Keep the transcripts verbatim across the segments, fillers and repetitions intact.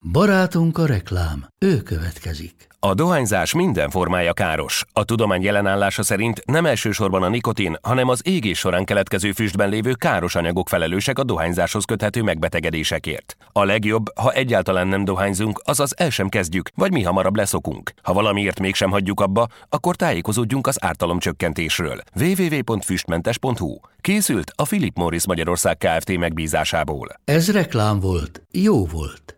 Barátunk a reklám, ő következik. A dohányzás minden formája káros. A tudomány jelenállása szerint nem elsősorban a nikotin, hanem az égés során keletkező füstben lévő káros anyagok felelősek a dohányzáshoz köthető megbetegedésekért. A legjobb, ha egyáltalán nem dohányzunk, azaz el sem kezdjük, vagy mi hamarabb leszokunk. Ha valamiért mégsem hagyjuk abba, akkor tájékozódjunk az ártalomcsökkentésről. double-u double-u double-u pont füstmentes pont hu. Készült a Philip Morris Magyarország Kft. Megbízásából. Ez reklám volt, jó volt.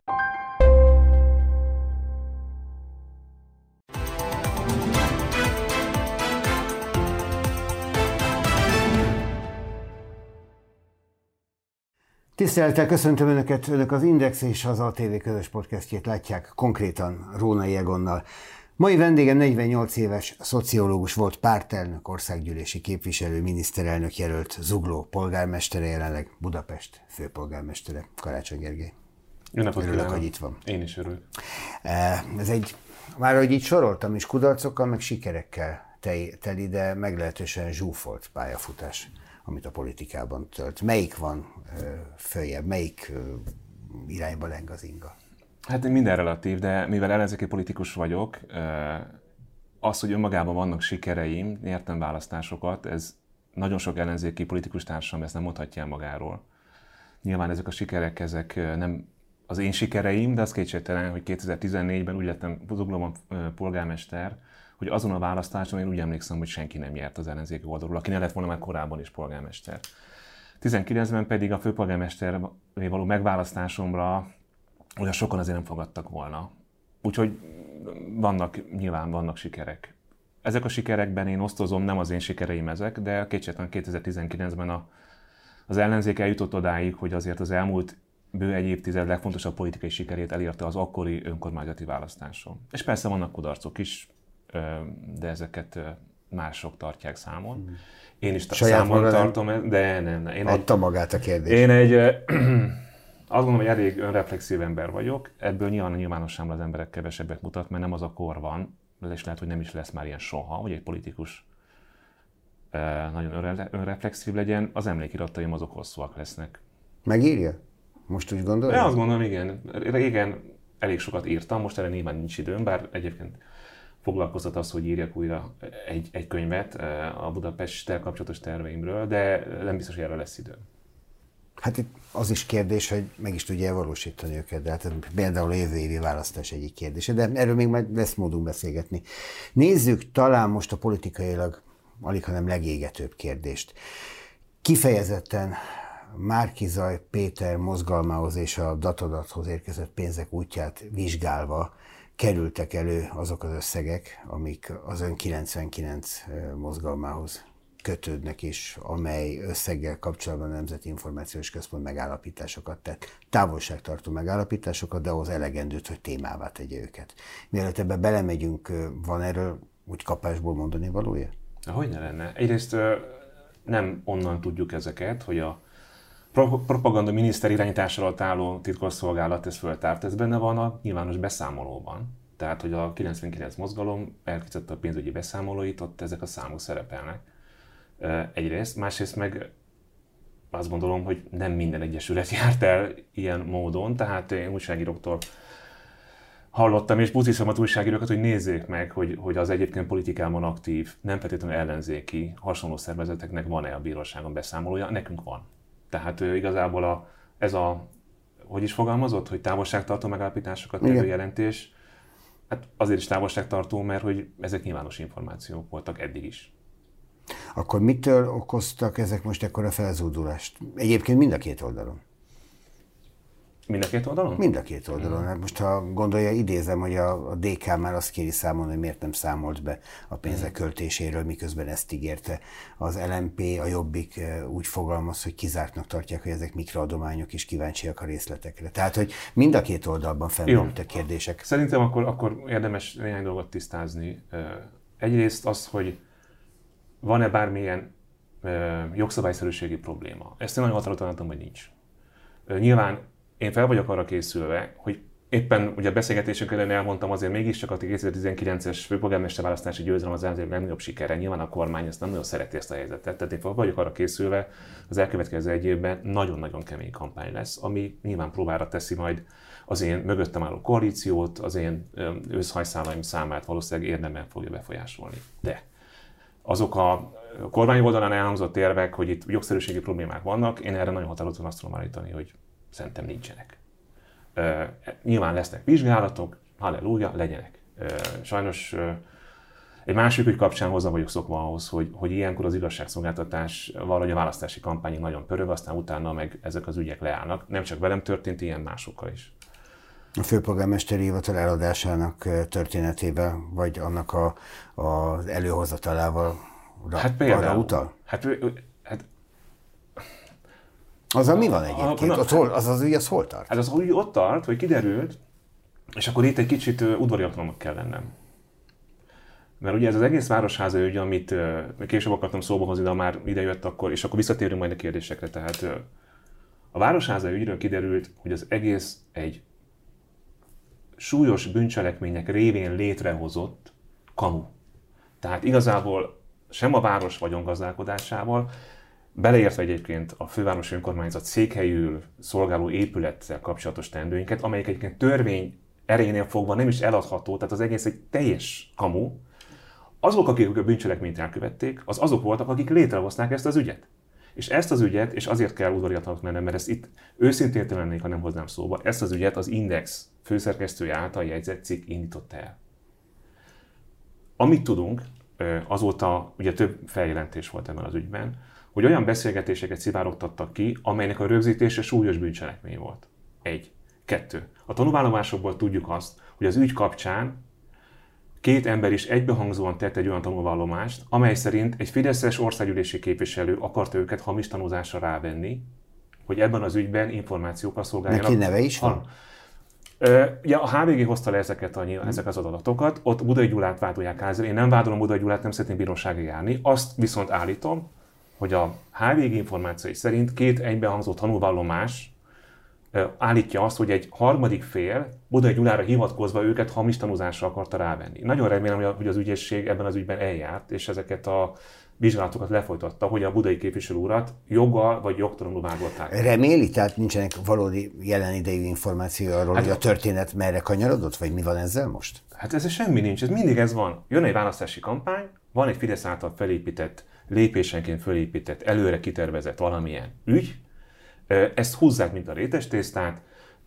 Tisztelettel köszöntöm Önöket, Önök az Index és az á té vé közös podcastjét látják, konkrétan Rónai Egonnal. Mai vendégem negyvennyolc éves szociológus volt, pártelnök, országgyűlési képviselő, miniszterelnök jelölt, Zugló polgármestere, jelenleg Budapest főpolgármestere. Karácsony Gergely. Jó napot Örülök, kívánok. hogy itt van. Én is örülök. Ez egy, már hogy így soroltam is, kudarcokkal, meg sikerekkel teli, de meglehetősen zsúfolt pályafutás, amit a politikában tölt. Melyik van följebb, melyik irányba leng az inga? Hát minden relatív, de mivel ellenzéki politikus vagyok, az, hogy önmagában vannak sikereim, nyertem választásokat, ez nagyon sok ellenzéki politikus társam ezt nem mondhatja el magáról. Nyilván ezek a sikerek, ezek nem az én sikereim, de az kétségtelen, hogy kétezer-tizennégyben úgy lettem Zuglóban polgármester, hogy azon a választáson én úgy emlékszem, hogy senki nem nyert az ellenzéki oldalról, aki ne lett volna már korábban is polgármester. tizenkilencben pedig a főpolgármesterré való megválasztásomra olyan sokan azért nem fogadtak volna. Úgyhogy vannak, nyilván vannak sikerek. Ezek a sikerekben én osztozom, nem az én sikereim ezek, de kétségtelen kétezer-tizenkilencben a, az ellenzék eljutott odáig, hogy azért az elmúlt bő egy évtized legfontosabb politikai sikerét elérte az akkori önkormányzati választáson. És persze vannak kudarcok is, de ezeket mások tartják számon. Én is számon tartom, de nem. nem. Én adta egy, magát a kérdés. Én egy, azt gondolom, hogy elég önreflexív ember vagyok. Ebből nyilván a nyilvánosságban az emberek kevesebbet mutat, mert nem az a kor van, és lehet, hogy nem is lesz már ilyen soha, hogy egy politikus nagyon önreflexív legyen. Az emlékirataim azok hosszúak lesznek. Megírja? Most úgy gondolja? Én azt gondolom, igen. Régen elég sokat írtam, most erre nyilván nincs időm, bár egyébként foglalkoztat az, hogy írjak újra egy, egy könyvet a Budapesttel kapcsolatos terveimről, de nem biztos, hogy erre lesz idő. Hát itt az is kérdés, hogy meg is tudja valósítani őket, de hát például a jövő évi választás egyik kérdése, de erről még majd lesz módunk beszélgetni. Nézzük talán most a politikailag alig, hanem legégetőbb kérdést. Kifejezetten Márki-Zay Péter mozgalmához és a Datadathoz érkezett pénzek útját vizsgálva kerültek elő azok az összegek, amik az ön kilencvenkilenc mozgalmához kötődnek is, amely összeggel kapcsolatban a Nemzeti Információs Központ megállapításokat tett, távolságtartó megállapításokat, de ahhoz elegendőt, hogy témává tegye őket. Mielőtt ebbe belemegyünk, van erről úgy kapásból mondani valója? Hogyne lenne? Egyrészt nem onnan tudjuk ezeket, hogy a propaganda miniszter irányítás alatt álló titkosszolgálat ezt föltárt, ez benne van a nyilvános beszámolóban. Tehát, hogy a kilencvenkilenc mozgalom elkészítette a pénzügyi beszámolóit, ott ezek a számok szerepelnek. Egyrészt, másrészt meg azt gondolom, hogy nem minden egyesület járt el ilyen módon, tehát én újságíróktól hallottam, és buszítom az újságírókat, hogy nézzék meg, hogy, hogy az egyébként politikában aktív, nem feltétlenül ellenzéki, hasonló szervezeteknek van-e a bíróságon beszámolója, nekünk van. Tehát ő, igazából a, ez a, hogy is fogalmazott, hogy távolságtartó megállapításokat tevő jelentés, hát azért is távolságtartó, mert hogy ezek nyilvános információk voltak eddig is. Akkor mitől okoztak ezek most ekkora felzúdulást? Egyébként mind a két oldalon. Mind a két oldalon? Mind a két oldalon. Hát most ha gondolja, idézem, hogy a, a dé ká már azt kéri számon, hogy miért nem számolt be a pénzek költéséről, miközben ezt ígérte. Az el em pé, a Jobbik úgy fogalmaz, hogy kizártnak tartják, hogy ezek mikroadományok, és kíváncsiak a részletekre. Tehát, hogy mind a két oldalban felmerültek kérdések. Szerintem akkor, akkor érdemes néhány dolgot tisztázni. Egyrészt az, hogy van-e bármilyen jogszabályszerűségi probléma. Ezt én nagyon határozottan látom, hogy nincs. Nyilván én fel vagyok arra készülve, hogy éppen ugye a beszélgetésünk ellen elmondtam, azért mégiscsak a kétezer-tizenkilences főpolgármester választási győzelem az ellenzék legnagyobb sikere. Nyilván a kormány ezt nem nagyon szereti ezt a helyzetet. Tehát én fel vagyok arra készülve, az elkövetkező egy évben nagyon-nagyon kemény kampány lesz, ami nyilván próbára teszi majd az én mögöttem álló koalíciót, az én őszhajszálaim számát valószínűleg érdemben fogja befolyásolni. De azok a kormány oldalán elhangzott érvek, hogy itt jogszerűségi problémák vannak, én erre nagyon határozottan azt tudom állítani, hogy szerintem nincsenek. Uh, nyilván lesznek vizsgálatok, halleluja, legyenek. Uh, sajnos uh, egy másik ügy kapcsán hozzá vagyok szokva ahhoz, hogy, hogy ilyenkor az igazságszolgáltatás valahogy a választási kampányig nagyon pörög, aztán utána meg ezek az ügyek leállnak. Nem csak velem történt, ilyen másokkal is. A főpolgármesteri hivatal eladásának történetében, vagy annak a, az előhozatalával hát például, arra utal? Hát, hát azzal mi van egyébként? A, a, az, hol, az az ügy, az hol tart? Hát az ügy ott tart, hogy kiderült, és akkor itt egy kicsit udvariatlanak kell lennem. Mert ugye ez az egész városháza ügy, amit később akartam szóba hozni, de már ide jött akkor, és akkor visszatérünk majd a kérdésekre. Tehát a városháza ügyről kiderült, hogy az egész egy súlyos bűncselekmények révén létrehozott kamu. Tehát igazából sem a város vagyongazdálkodásával, beleértve egyébként a fővárosi önkormányzat székhelyül szolgáló épülettel kapcsolatos teendőinket, amelyek egyébként törvény erejénél fogva nem is eladható, tehát az egész egy teljes kamu. Azok, akik a bűncselekményt elkövették, az azok voltak, akik létrehozták ezt az ügyet. És ezt az ügyet, és azért kell udvariatlanak mennem, mert ezt itt őszintén lennék, ha nem hoznám szóba, ezt az ügyet az Index főszerkesztője által jegyzett cikk indította el. Amit tudunk, azóta ugye több feljelentés volt ebben az ügyben, hogy olyan beszélgetéseket szivárogtattak ki, amelynek a rögzítése súlyos bűncselekmény volt. Egy. Kettő. A tanúvállomásokból tudjuk azt, hogy az ügy kapcsán két ember is egybehangzóan tett egy olyan tanúvallomást, amely szerint egy fideszes országgyűlési képviselő akarta őket hamis tanúzásra rávenni, hogy ebben az ügyben információkkal szolgáljanak. Neki neve is van? Ugye a há vé gé hozta le ezeket, a, hmm. ezeket az adatokat, ott Budai Gyulát vádolják ezzel. Én nem vádolom Budai Gyulát, nem szeretném bíróságra járni. Azt viszont állítom, hogy a há vé gé információi szerint két egybehangzó tanúvallomás állítja azt, hogy egy harmadik fél Budai Gyulára hivatkozva őket hamis tanúzásra akarta rávenni. Nagyon remélem, hogy az ügyészség ebben az ügyben eljárt, és ezeket a vizsgálatokat lefolytatta, hogy a budai képviselő urat joggal vagy jogtalanul vádolták. Reméli? Tehát nincsenek valódi jelen idejű információ arról, hát, hogy a történet merre kanyarodott, vagy mi van ezzel most? Hát ez semmi nincs, ez mindig ez van. Jön egy választási kampány, van egy Fidesz által felépített, lépésenként felépített, előre kitervezett valamilyen ügy, ezt húzzák, mint a rétestésztát,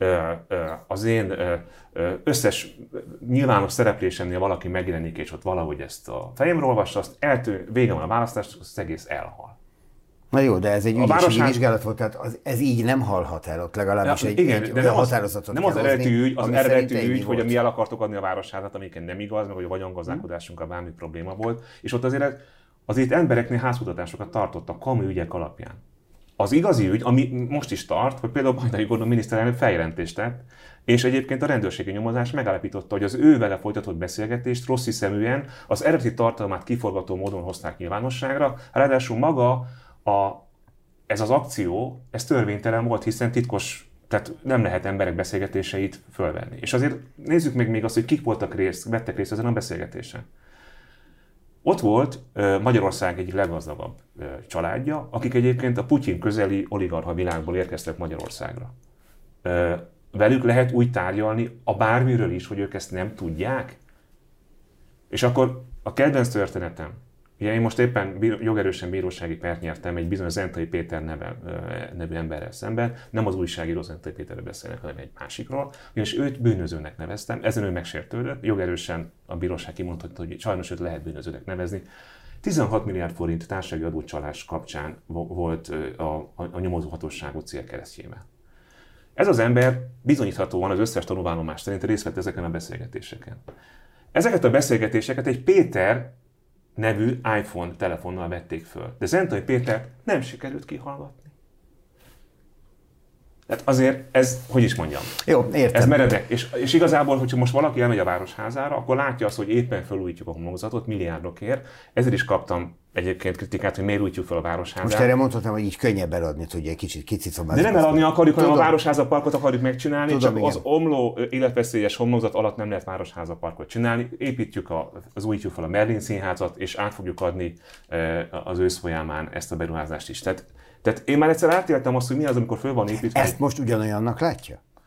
az én összes nyilvános szereplésemnél valaki megjelenik, és ott valahogy ezt a fejemről olvassa, azt eltő, vége van a választás, az egész elhal. Na jó, de ez egy ügyészségi városház... vizsgálat volt, tehát az, ez így nem halhat el, ott legalábbis ja, egy, igen, egy de nem határozatot nem az eredeti ügy, az eredeti ügy, hogy mi el akartok adni a városházat, amiket nem igaz, meg hogy a vagyongazdálkodásunkkal bármi probléma volt, és ott azért, azért embereknél házkutatásokat tartottak kamu ügyek alapján. Az igazi ügy, ami most is tart, hogy például Bajnai Gordon miniszterelnök feljelentést tett, és egyébként a rendőrségi nyomozás megállapította, hogy az ő vele folytatott beszélgetést rossziszeműen, az eredeti tartalmát kiforgató módon hozták nyilvánosságra, ráadásul maga a, ez az akció, ez törvénytelen volt, hiszen titkos, tehát nem lehet emberek beszélgetéseit fölvenni. És azért nézzük meg még azt, hogy kik voltak részt, vettek részt ezen a beszélgetésen. Ott volt Magyarország egyik leggazdagabb családja, akik egyébként a Putyin közeli oligarcha világból érkeztek Magyarországra. Velük lehet úgy tárgyalni a bármiről is, hogy ők ezt nem tudják? És akkor a kedvenc történetem, ugye én most éppen jogerősen bírósági pert nyertem egy bizonyos Zentai Péter neve, nevű emberrel szemben, nem az újságíró Zentai Péterről beszélnek, hanem egy másikról, ugyanis őt bűnözőnek neveztem, ezen ő megsértődött, jogerősen a bíróság kimondta, hogy sajnos őt lehet bűnözőnek nevezni. tizenhat milliárd forint társasági adócsalás kapcsán volt a, a, a nyomozóhatóságú cél keresztjével. Ez az ember bizonyíthatóan az összes tanúvállomás szerint részt vett ezeken a beszélgetéseken. Ezeket a beszélgetéseket egy Péter nevű iPhone telefonnal vették föl. De Zentai Pétert nem sikerült kihallgatni. Tehát azért ez, hogy is mondjam, jó, értem. Ez meredek. És, és igazából, hogyha most valaki elmegy a városházára, akkor látja azt, hogy éppen felújítjuk a homlokzatot milliárdokért. Ezért is kaptam egyébként kritikát, hogy miért újítjuk fel a városházát. Most erre mondhatom, hogy így könnyebb eladni tudja, egy kicsit kicicomálni. De nem eladni akarjuk, hanem a városházaparkot akarjuk megcsinálni, Tudom, csak igen. Az omló életveszélyes homlokzat alatt nem lehet városházaparkot csinálni. Építjük a, az újítjuk fel a Merlin színházat, és át fogjuk adni az ősz folyamán ezt a beruházást is. Tehát, tehát én már egyszer átéltem azt, hogy mi az, amikor föl van építve. Ezt most ugyanolyannak látja?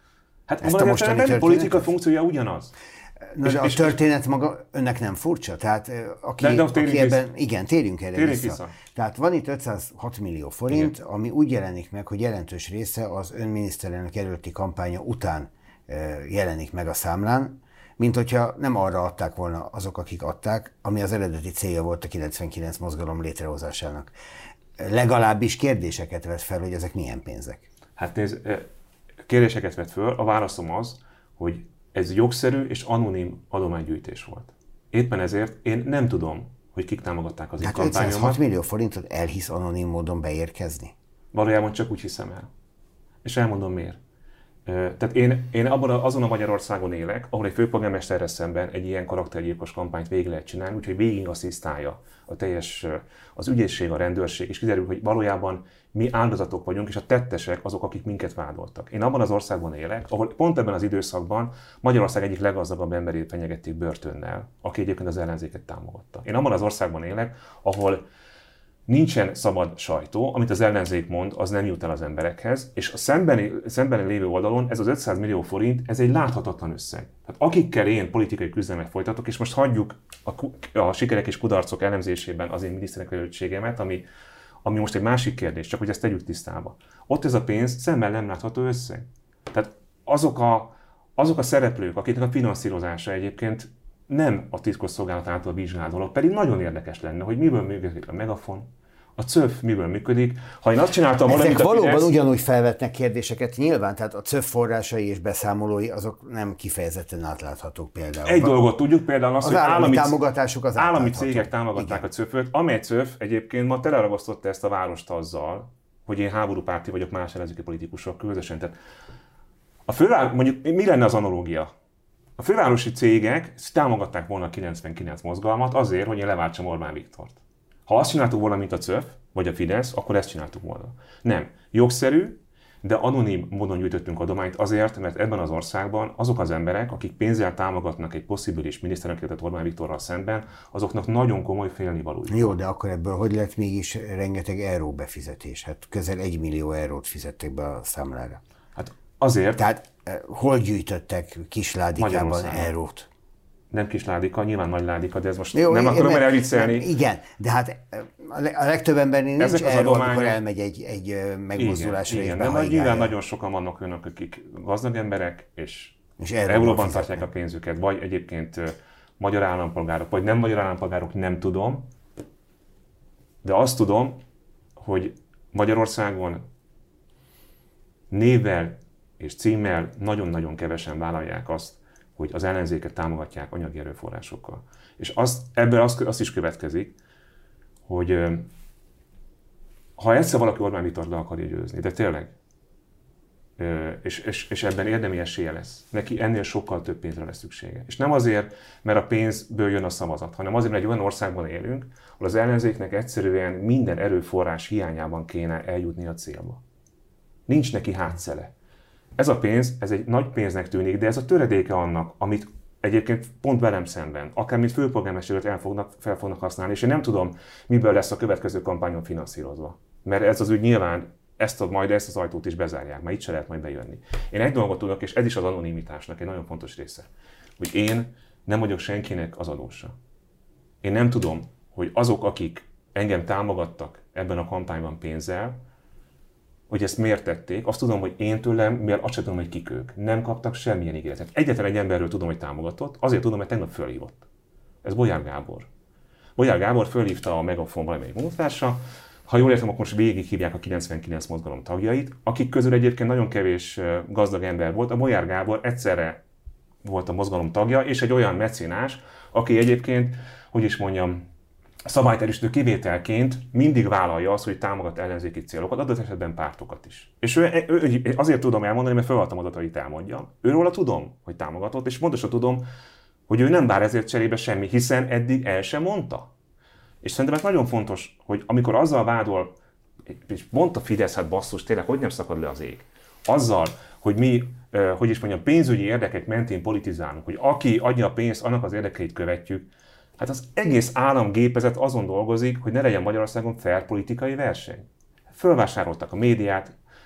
Hát ezt a mostani történet? Politika funkciója ugyanaz. Na, de a és, történet maga önnek nem furcsa? Tehát aki, de, de aki ebben, igen, térjünk erre térjünk vissza. vissza. Tehát van itt ötszázhat millió forint, igen. ami úgy jelenik meg, hogy jelentős része az ön miniszterelnök jelölti kampánya után jelenik meg a számlán, mint hogyha nem arra adták volna azok, akik adták, ami az eredeti célja volt a kilencvenkilenc mozgalom létrehozásának. Legalábbis kérdéseket vet fel, hogy ezek milyen pénzek. Hát nézd, kérdéseket vet föl, a válaszom az, hogy ez jogszerű és anonim adománygyűjtés volt. Éppen ezért én nem tudom, hogy kik támogatták az én hát kampányomat. ötszázhat millió forintot elhisz anonim módon beérkezni? Valójában csak úgy hiszem el. És elmondom miért. Tehát én, én abban a, azon a Magyarországon élek, ahol egy főpolgármesterrel szemben egy ilyen karaktergyilkos kampányt végig lehet csinálni, úgyhogy végig asszisztálja a teljes, az ügyészség, a rendőrség, és kiderül, hogy valójában mi áldozatok vagyunk, és a tettesek azok, akik minket vádoltak. Én abban az országban élek, ahol pont ebben az időszakban Magyarország egyik leggazdagabb emberét fenyegették börtönnel, aki egyébként az ellenzéket támogatta. Én abban az országban élek, ahol nincsen szabad sajtó, amit az ellenzék mond, az nem jut el az emberekhez, és a szembeni, szembeni lévő oldalon ez az ötszáz millió forint, ez egy láthatatlan összeg. Tehát akikkel én politikai küzdelmet folytatok, és most hagyjuk a, a sikerek és kudarcok elemzésében az én miniszterelnökjelöltségemet, ami, ami most egy másik kérdés, csak hogy ezt tegyük tisztába. Ott ez a pénz szemmel nem látható összeg. Tehát azok a, azok a szereplők, akiknek a finanszírozása egyébként nem a titkosszolgálat által vizsgált dolog, pedig nagyon érdekes lenne, hogy miből működik a Megafon, a cöf miből működik. Ha én azt csináltam volna, ezek valóban Fidesz... ugyanúgy felvetnek kérdéseket, nyilván, tehát a cöf forrásai és beszámolói azok nem kifejezetten átláthatók például. Egy dolgot tudjuk, például az, az hogy állami, állami támogatások az állami cégek támogatták igen. a cöföt, amely cöf egyébként ma teleragasztotta ezt a várost azzal, hogy én háborúpárti vagyok más ellenzéki politikusok közösen. Tehát a főváros, mondjuk mi lenne az analógia? A fővárosi cégek támogatták volna a kilencvenkilenc mozgalmat azért, hogy én leváltsam Orbán Viktort. Ha azt csináltuk volna, mint a cöf, vagy a Fidesz, akkor ezt csináltuk volna. Nem. Jogszerű, de anonim módon gyűjtöttünk adományt azért, mert ebben az országban azok az emberek, akik pénzzel támogatnak egy possibilis miniszterelnököt Orbán Viktorral szemben, azoknak nagyon komoly félnivalójuk. Jó, de akkor ebből hogy lett mégis rengeteg euró befizetés? Hát közel egy millió eurót fizettek be a számlára. Hát azért... Tehát hol gyűjtöttek Kisládikában eurót? Nem Kisládika, nyilván Nagyládika, de ez most jó, nem akarom erre elviccelni. Igen, de hát a legtöbb embernél nincs erről, adományok... amikor elmegy egy, egy megmozdulásra. Igen, igen, de nyilván nagyon sokan vannak önök, akik gazdag emberek, és, és euróban tartják a pénzüket, vagy egyébként magyar állampolgárok, vagy nem magyar állampolgárok, nem tudom. De azt tudom, hogy Magyarországon névvel és címmel nagyon-nagyon kevesen vállalják azt, hogy az ellenzéket támogatják anyagi erőforrásokkal. És azt, ebből azt, azt is következik, hogy ha egyszer valaki Orbán Viktort le akarja győzni, de tényleg, és, és, és ebben érdemi esélye lesz, neki ennél sokkal több pénzre lesz szüksége. És nem azért, mert a pénzből jön a szavazat, hanem azért, mert egy olyan országban élünk, ahol az ellenzéknek egyszerűen minden erőforrás hiányában kéne eljutni a célba. Nincs neki hátszele. Ez a pénz, ez egy nagy pénznek tűnik, de ez a töredéke annak, amit egyébként pont velem szemben, akár mint főpolgármesterőt el fognak, fel fognak használni, és én nem tudom, miből lesz a következő kampányon finanszírozva. Mert ez az ügy nyilván ezt a, majd ezt az ajtót is bezárják, mert itt se lehet majd bejönni. Én egy dolgot tudok, és ez is az anonimitásnak egy nagyon fontos része, hogy én nem vagyok senkinek az adósa. Én nem tudom, hogy azok, akik engem támogattak ebben a kampányban pénzzel, hogy ezt miért tették, azt tudom, hogy én tőlem, mivel azt sem tudom, hogy kik ők. Nem kaptak semmilyen ígéretet. Egyetlen egy emberről tudom, hogy támogatott, azért tudom, mert tegnap fölhívott. Ez Bolyár Gábor. Bolyár Gábor fölhívta a Megafon valamelyik munkatársa, ha jól értem, akkor most végighívják a kilencvenkilenc mozgalom tagjait, akik közül egyébként nagyon kevés gazdag ember volt. A Bolyár Gábor egyszerre volt a mozgalom tagja, és egy olyan mecénás, aki egyébként, hogy is mondjam, szabályterjesztő kivételként mindig vállalja azt, hogy támogat ellenzéki célokat, adott esetben pártokat is. És ő, ő, ő, azért tudom elmondani, mert felhallottam adatait elmondjam. Őről tudom, hogy támogatott, és pontosan tudom, hogy ő nem vár ezért cserébe semmi, hiszen eddig el sem mondta. És szerintem ez nagyon fontos, hogy amikor azzal vádol, és mondta Fidesz, hát basszus, tényleg, hogy nem szakad le az ég? Azzal, hogy mi, hogy is mondjam, pénzügyi érdekek mentén politizálunk, hogy aki adja a pénzt, annak az érdekeit követjük. Hát az egész államgépezet azon dolgozik, hogy ne legyen Magyarországon fair politikai verseny. Fölvásároltak a médiát,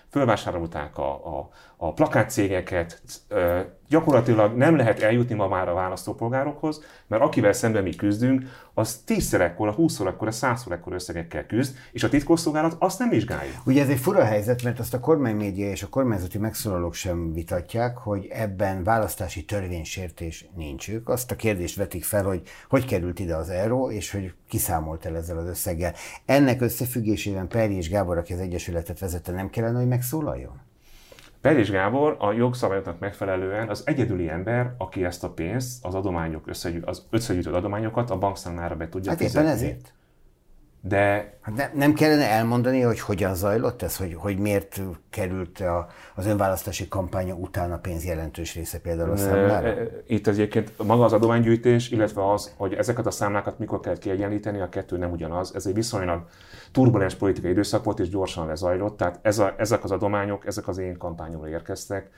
fölvásárolták a, a, a plakátcégeket, gyakorlatilag nem lehet eljutni ma már a választópolgárokhoz, mert akivel szemben mi küzdünk, az tízszer ekkora, húszszor ekkora, százszor ekkora összegekkel küzd, és a titkosszolgálat azt nem vizsgálja. Ugye ez egy fura helyzet, mert azt a kormánymédia és a kormányzati megszólalók sem vitatják, hogy ebben választási törvénysértés nincs. Ők azt a kérdést vetik fel, hogy hogy került ide az euró, és hogy kiszámolt el ezzel az összeggel. Ennek összefüggésében Perjés Gábor, aki az Egyesületet vezette, nem kellene, hogy megszólaljon? Perjés Gábor a jogszabályoknak megfelelően az egyedüli ember, aki ezt a pénzt, az adományok összegyűjt, az összegyűjtött adományokat a bankszámlára be tudja hát fizetni. éppen ezért. De... Hát ne, nem kellene elmondani, hogy hogyan zajlott ez, hogy, hogy miért került a, az önválasztási kampánya után a pénz jelentős része például a számlára? Itt egyébként maga az adománygyűjtés, illetve az, hogy ezeket a számlákat mikor kell kiegyenlíteni, a kettő nem ugyanaz. Ez egy viszonylag turbulens politikai időszak volt, és gyorsan lezajlott. Tehát ez a, ezek az adományok, ezek az én kampányomra érkeztek.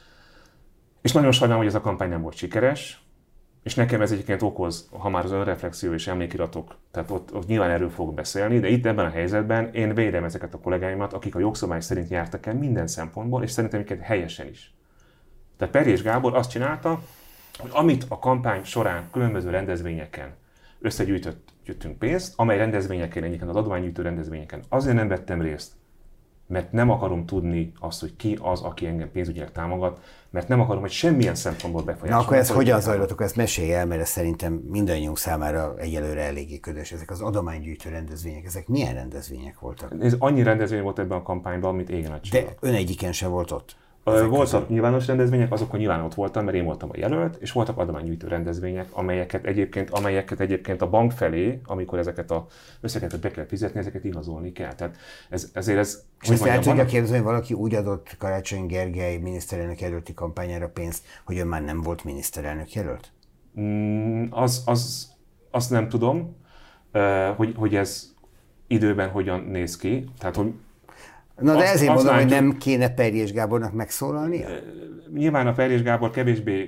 És nagyon sajnálom, hogy ez a kampány nem volt sikeres. És nekem ez egyébként okoz, ha már az önreflexió és emlékiratok, tehát ott, ott nyilván erről fogok beszélni, de itt ebben a helyzetben én védem ezeket a kollégáimat, akik a jogszabály szerint jártak el minden szempontból, és szerintem őket helyesen is. Tehát Perjés Gábor azt csinálta, hogy amit a kampány során különböző rendezvényeken összegyűjtöttünk pénzt, amely rendezvényeken, egyébként az adománygyűjtő rendezvényeken azért nem vettem részt, mert nem akarom tudni azt, hogy ki az, aki engem pénzügyileg támogat, mert nem akarom, hogy semmilyen szempontból befolyásolja. Na akkor ez hogyan zajlottok? Ezt mesélj el, mert ez szerintem mindannyiunk számára egyelőre eléggé ködös. Ezek az adománygyűjtő rendezvények, ezek milyen rendezvények voltak? Ez annyi rendezvény volt ebben a kampányban, mint égen a csillag. De ön egyiken sem volt ott? Voltak közül. Nyilvános rendezvények, azokon nyilván ott voltam, mert én voltam a jelölt, és voltak adománygyűjtő rendezvények, amelyeket egyébként, amelyeket egyébként a bank felé, amikor ezeket a összegeket be kell fizetni, ezeket igazolni kell. Tehát ez, ezért ez... És ezt el tudja képzelni, hogy valaki úgy adott Karácsony Gergely miniszterelnök jelölti kampányára pénzt, hogy ön már nem volt miniszterelnök jelölt? Mm, az, az, azt nem tudom, hogy, hogy ez időben hogyan néz ki. Tehát, hogy Na de azt, ezért azt mondom, látjuk, hogy nem kéne Perjés Gábornak megszólalnia? Nyilván a Perjés Gábor kevésbé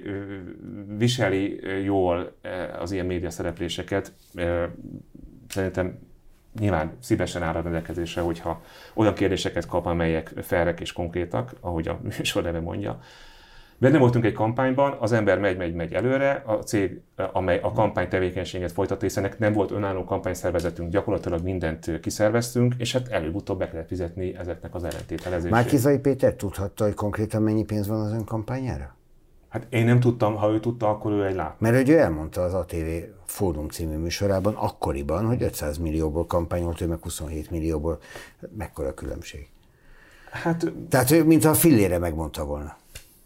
viseli jól az ilyen média szerepléseket. Szerintem nyilván szívesen áll a rendelkezésre, hogyha olyan kérdéseket kap, amelyek felrek és konkrétak, ahogy a műsor neve mondja. Benne voltunk egy kampányban, az ember megy, megy, megy előre, a cég, amely a kampány tevékenységet folytat, hiszen nem volt önálló kampányszervezetünk, gyakorlatilag mindent kiszerveztünk, és hát előbb-utóbb be kellett fizetni ezeknek az ellentételezését. Márki-Zay Péter tudhatta, hogy konkrétan mennyi pénz van az ön kampányára? Hát én nem tudtam, ha ő tudta, akkor ő egy lát. Mert ő elmondta az á té vé Fórum című műsorában akkoriban, hogy ötszáz millióból kampányolt, ő meg huszonhét millióból. Mekkora a különbség? Hát... Tehát ő, mintha a fillére megmondta volna.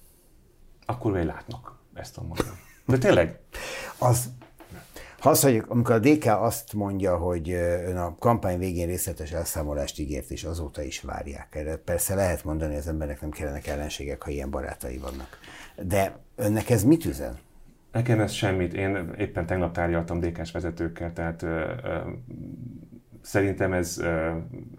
Akkor ő látnak, ezt tudom mondani. De tényleg? Az, ha azt mondjuk, amikor a dé ká azt mondja, hogy ön a kampány végén részletes elszámolást ígért, és azóta is várják erre. Persze lehet mondani, hogy az embernek nem kellenek ellenségek, ha ilyen barátai vannak. De önnek ez mit üzen? Nekem ez semmit. Én éppen tegnap tárgyaltam dé ká-s vezetőkkel, tehát ö, ö, szerintem ez... Ö,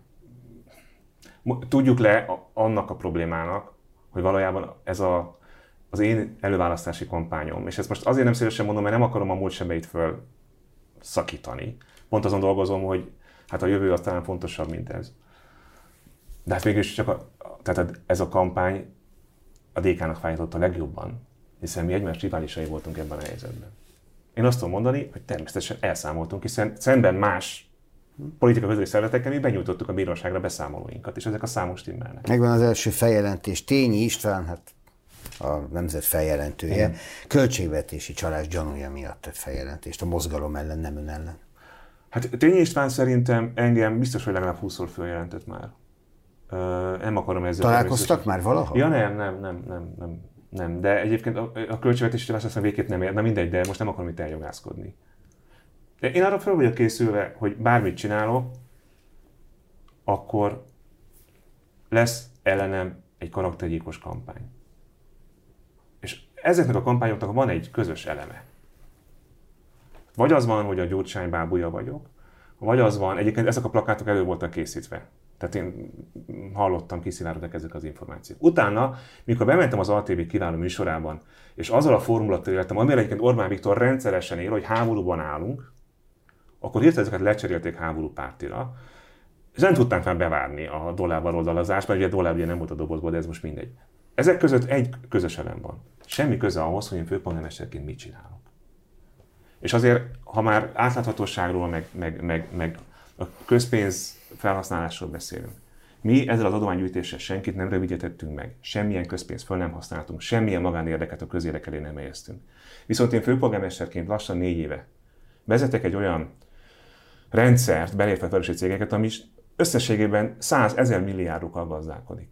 tudjuk le annak a problémának, hogy valójában ez a az én előválasztási kampányom, és ezt most azért nem szívesen mondom, mert nem akarom a múlt sebeit föl szakítani. Pont azon dolgozom, hogy hát a jövő az talán fontosabb, mint ez. De hát mégis csak a, tehát ez a kampány a dé ká-nak fájtott a legjobban, hiszen mi egymás riválisai voltunk ebben a helyzetben. Én azt tudom mondani, hogy természetesen elszámoltunk, hiszen szemben más politikai közös szervezetekkel mi benyújtottuk a bíróságra beszámolóinkat, és ezek a számok stimmelnek. Megvan az első feljelentés. Tényi István, hát a nemzet feljelentője, igen, költségvetési csalás gyanúja miatt tett feljelentést, a mozgalom ellen, nem ön ellen. Hát Tényi István szerintem engem biztos, hogy legalább húszszor feljelentett már. Uh, nem akarom ezzel... Találkoztak már valaha? Ja nem, nem, nem, nem, nem, nem. De egyébként a, a költségvetési csalás aztán végképp nem ér, na mindegy, de most nem akarom itt eljogászkodni. De én arra fel vagyok készülve, hogy bármit csinálok, akkor lesz ellenem egy karaktergyilkos kampány. És ezeknek a kampányoknak van egy közös eleme. Vagy az van, hogy a Gyurcsány bábúja vagyok, vagy az van, egyébként ezek a plakátok elő voltak készítve. Tehát én hallottam, kiszivárogtak ezek az információk. Utána, mikor bementem az á té vé kiváló műsorában, és azzal a formulattal éltem, amire egyébként Orbán Viktor rendszeresen él, hogy háborúban állunk, akkor hirtelen ezeket lecserélték háború pártira. És nem tudták már bevárni a dollárval oldalazást, mert ugye a dollár ugye nem volt a dobozból, de ez most mindegy. Ezek között egy közös elem van. Semmi köze ahhoz, hogy én főpolgármesterként mit csinálok. És azért, ha már átláthatóságról, meg, meg, meg, meg a közpénz felhasználásról beszélünk, mi ezzel az adománygyűjtéssel senkit nem rövidítettünk meg, semmilyen közpénzt föl nem használtunk, semmilyen magánérdeket a közérdek elé nem helyeztünk. Viszont én főpolgármesterként lassan négy éve vezetek egy olyan rendszert, belépve felelősség cégeket, ami összességében százezer milliárdokkal gazdálkodik.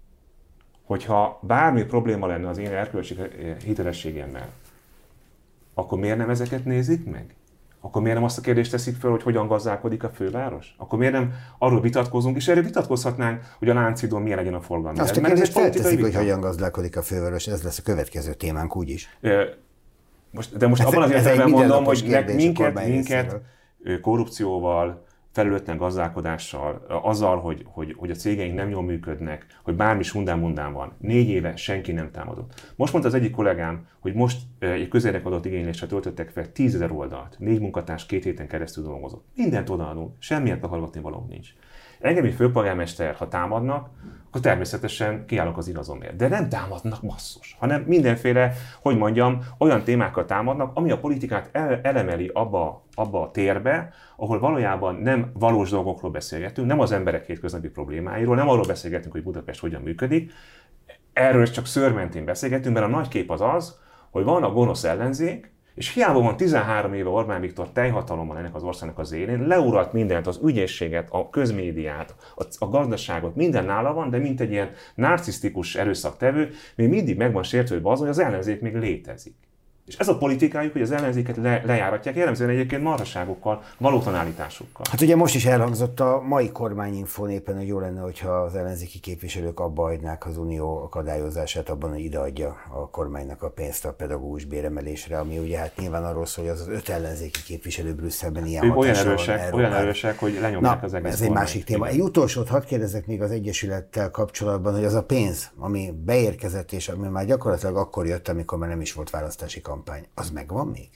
Hogyha bármi probléma lenne az én erkölcsi hitelességemmel, akkor miért nem ezeket nézik meg? Akkor miért nem azt a kérdést teszik fel, hogy hogyan gazdálkodik a főváros? Akkor miért nem arról vitatkozunk, és erről vitatkozhatnánk, hogy a Lánchídon milyen legyen a forgalmi. Azt a kérdést felteszik, hogy hogyan gazdálkodik a főváros, ez lesz a következő témánk úgyis. Most, de most ez abban az értelemben mondom, hogy minket, minket korrupcióval, felelőtlen gazdálkodással, azzal, hogy, hogy, hogy a cégeink nem jól működnek, hogy bármi sundán-mundán van. Négy éve senki nem támadott. Most mondta az egyik kollégám, hogy most egy közérdek adott igénylésre töltöttek fel tízezer oldalt. Négy munkatárs két héten keresztül dolgozott. Mindent odaadunk, semmiért hallgatni valók nincs. Engem, mint főpolgármester, ha támadnak, akkor természetesen kiállok az igazomért. De nem támadnak basszus, hanem mindenféle, hogy mondjam, olyan témákkal támadnak, ami a politikát el- elemeli abba, abba a térbe, ahol valójában nem valós dolgokról beszélgetünk, nem az emberek hétköznapi problémáiról, nem arról beszélgetünk, hogy Budapest hogyan működik. Erről csak szőrmentén beszélgetünk, mert a nagy kép az az, hogy van a gonosz ellenzék, és hiába van tizenhárom éve Orbán Viktor teljhatalommal ennek az országnak az élén, leuralt mindent, az ügyészséget, a közmédiát, a, a gazdaságot, minden nála van, de mint egy ilyen narcisztikus erőszaktevő, még mindig meg van sértődve azon, hogy az ellenzék még létezik. És ez a politikájuk, hogy az ellenzéket le, lejáratják, jellemzően egyébként marhaságokkal, valótlan állításokkal. Hát ugye most is elhangzott a mai kormányinfón éppen, hogy jó lenne, hogyha az ellenzéki képviselők abba hagynák az unió akadályozását abban, hogy ideadja a kormánynak a pénzt a pedagógus béremelésre, ami ugye hát nyilván arról szól, hogy az, az öt ellenzéki képviselő Brüsszelben ilyen ők hatással olyan erősek, van. Olyan erősek, hogy lenyomják az egész ez egy másik téma. Egy utolsót hadd kérdezek még az Egyesülettel kapcsolatban, hogy az a pénz, ami beérkezett, és ami már gyakorlatilag akkor jött, amikor már nem is volt választási kampány. Az megvan még?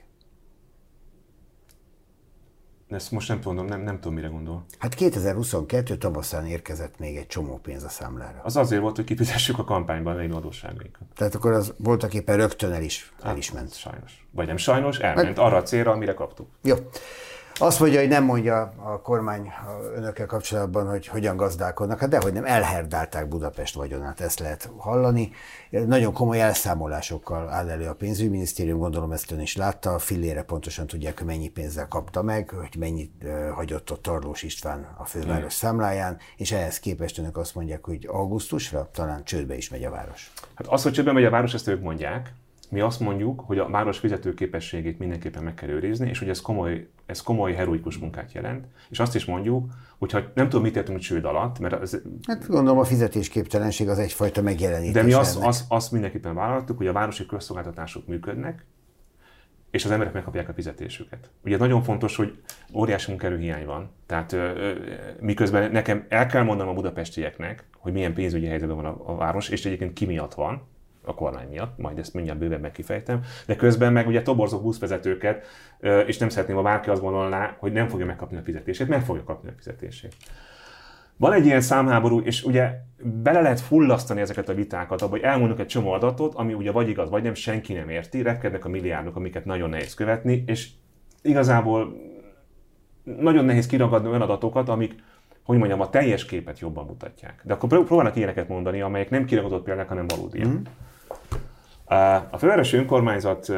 Ezt most nem tudom, nem, nem tudom, mire gondol. Hát kétezer-huszonkettő tavaszán érkezett még egy csomó pénz a számlára. Az azért volt, hogy kifizessük a kampányban egy adósságainkat. Tehát akkor az voltak éppen rögtön el is, el is ment. Hát, sajnos. Vagy nem sajnos, elment arra a célra, amire kaptuk. Jó. Azt mondja, hogy nem mondja a kormány önökkel kapcsolatban, hogy hogyan gazdálkodnak, hát dehogy nem, elherdálták Budapest vagyonát, ezt lehet hallani. Nagyon komoly elszámolásokkal áll elő a pénzügyminisztérium, gondolom ezt ön is látta, fillére pontosan tudják, hogy mennyi pénzzel kapta meg, hogy mennyit hagyott ott Tarlós István a főváros számláján, és ehhez képest önök azt mondják, hogy augusztusra talán csődbe is megy a város. Hát az, hogy csődbe megy a város, ezt ők mondják. Mi azt mondjuk, hogy a város fizetőképességét mindenképpen meg kell őrizni, és hogy ez komoly, ez komoly heroikus munkát jelent. És azt is mondjuk, hogy ha nem tudom, mit értünk csőd alatt, mert ez... Hát gondolom a fizetésképtelenség az egyfajta megjelenítés. De mi azt, azt, azt mindenképpen vállaltuk, hogy a városi közszolgáltatások működnek, és az emberek megkapják a fizetésüket. Ugye nagyon fontos, hogy óriási munkaerőhiány van, tehát ö, ö, miközben nekem el kell mondanom a budapestieknek, hogy milyen pénzügyi helyzetben van a, a város, és egyébként ki miatt van, a kormány miatt, majd ezt mindjárt bővebben kifejtem, de közben meg ugye toborzok buszvezetőket, és nem szeretném, ha bárki azt gondolná, hogy nem fogja megkapni a fizetését, meg fogja kapni a fizetését. Van egy ilyen számháború, és ugye bele lehet fullasztani ezeket a vitákat, abban, hogy elmondjuk egy csomó adatot, ami ugye vagy igaz, vagy nem, senki nem érti, repkednek a milliárdok, amiket nagyon nehéz követni, és igazából nagyon nehéz kiragadni olyan adatokat, amik, hogy mondjam, a teljes képet jobban mutatják. De akkor próbálnak ilyeneket mondani, amelyek nem kiragadott példák, hanem valódiak. Mm. A fővárosi önkormányzat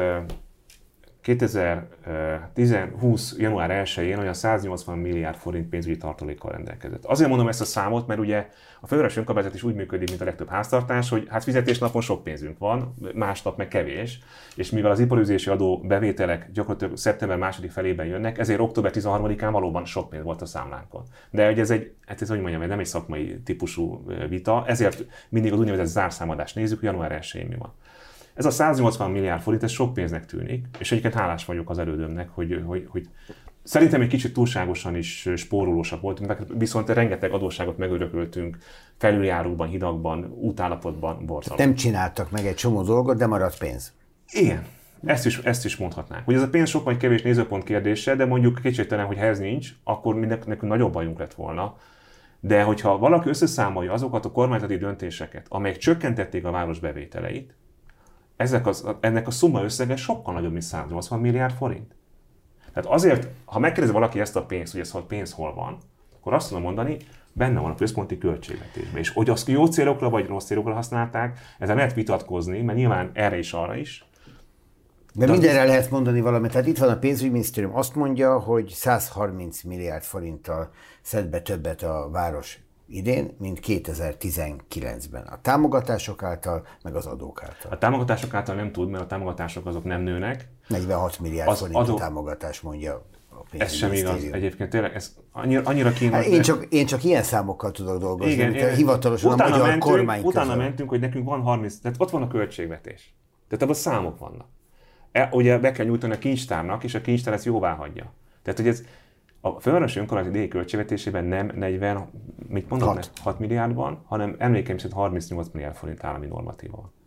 kétezer-húsz. január elsején olyan száznyolcvan milliárd forint pénzügyi tartalékkal rendelkezett. Azért mondom ezt a számot, mert ugye a fővárosi önkormányzat is úgy működik, mint a legtöbb háztartás, hogy hát fizetésnapon sok pénzünk van, másnap meg kevés, és mivel az iparűzési adó bevételek gyakorlatilag szeptember második felében jönnek, ezért október tizenharmadikán valóban sok pénz volt a számlánkon. De hogy ez egy, hát ez hogy mondjam, nem egy szakmai típusú vita, ezért mindig az úgynevezett zárszámadást nézzük, hogy január elsején mi van. Ez a száznyolcvan milliárd forint, ez sok pénznek tűnik, és egyébként hálás vagyok az elődömnek, hogy, hogy, hogy szerintem egy kicsit túlságosan is spórolósak voltunk, viszont rengeteg adósságot megörököltünk felüljárókban, hidakban, útállapotban, borzalom. Nem csináltak meg egy csomó dolgot, de maradt pénz. Igen, ezt is, ezt is mondhatnánk. Hogy ez a pénz sok vagy kevés nézőpont kérdése, de mondjuk kétségtelen, hogy ha ez nincs, akkor nekünk nagyobb bajunk lett volna. De hogyha valaki összeszámolja azokat a kormányzati döntéseket, amelyek csökkentették a város bevételeit, ezek az, ennek a szumma összege sokkal nagyobb, mint száznyolcvan milliárd forint. Tehát azért, ha megkérdezi valaki ezt a pénzt, hogy ez a pénz hol van, akkor azt tudom mondani, benne van a központi költségvetésben. És hogy azt jó célokra vagy rossz célokra használták, ezzel lehet vitatkozni, mert nyilván erre is, arra is. De, De mindenre az... lehet mondani valamit. Tehát itt van a pénzügyminisztérium, azt mondja, hogy száz harminc milliárd forinttal szed be többet a város idén, mint kétezer-tizenkilencben. A támogatások által, meg az adók által. A támogatások által nem tud, mert a támogatások azok nem nőnek. negyvenhat milliárd az forint adó... támogatás, mondja a Ez sem igaz. Egyébként tényleg, ez annyira, annyira kínos. Hát én, csak, én csak ilyen számokkal tudok dolgozni, igen, mint én, hivatalosan a magyar mentünk, kormány Utána közül. mentünk, hogy nekünk van harminc, tehát ott van a költségvetés. Tehát abban számok vannak. E, ugye be kell nyújtani a kincstárnak, és a kincstár ezt jóvá hagyja. Tehát, hogy ez a fővárosi önkormányzat idei költségvetésében nem negyven, mit mondod, hat. hat milliárd van, hanem emlékeim szerint harmincnyolc milliárd forint állami normatíva van.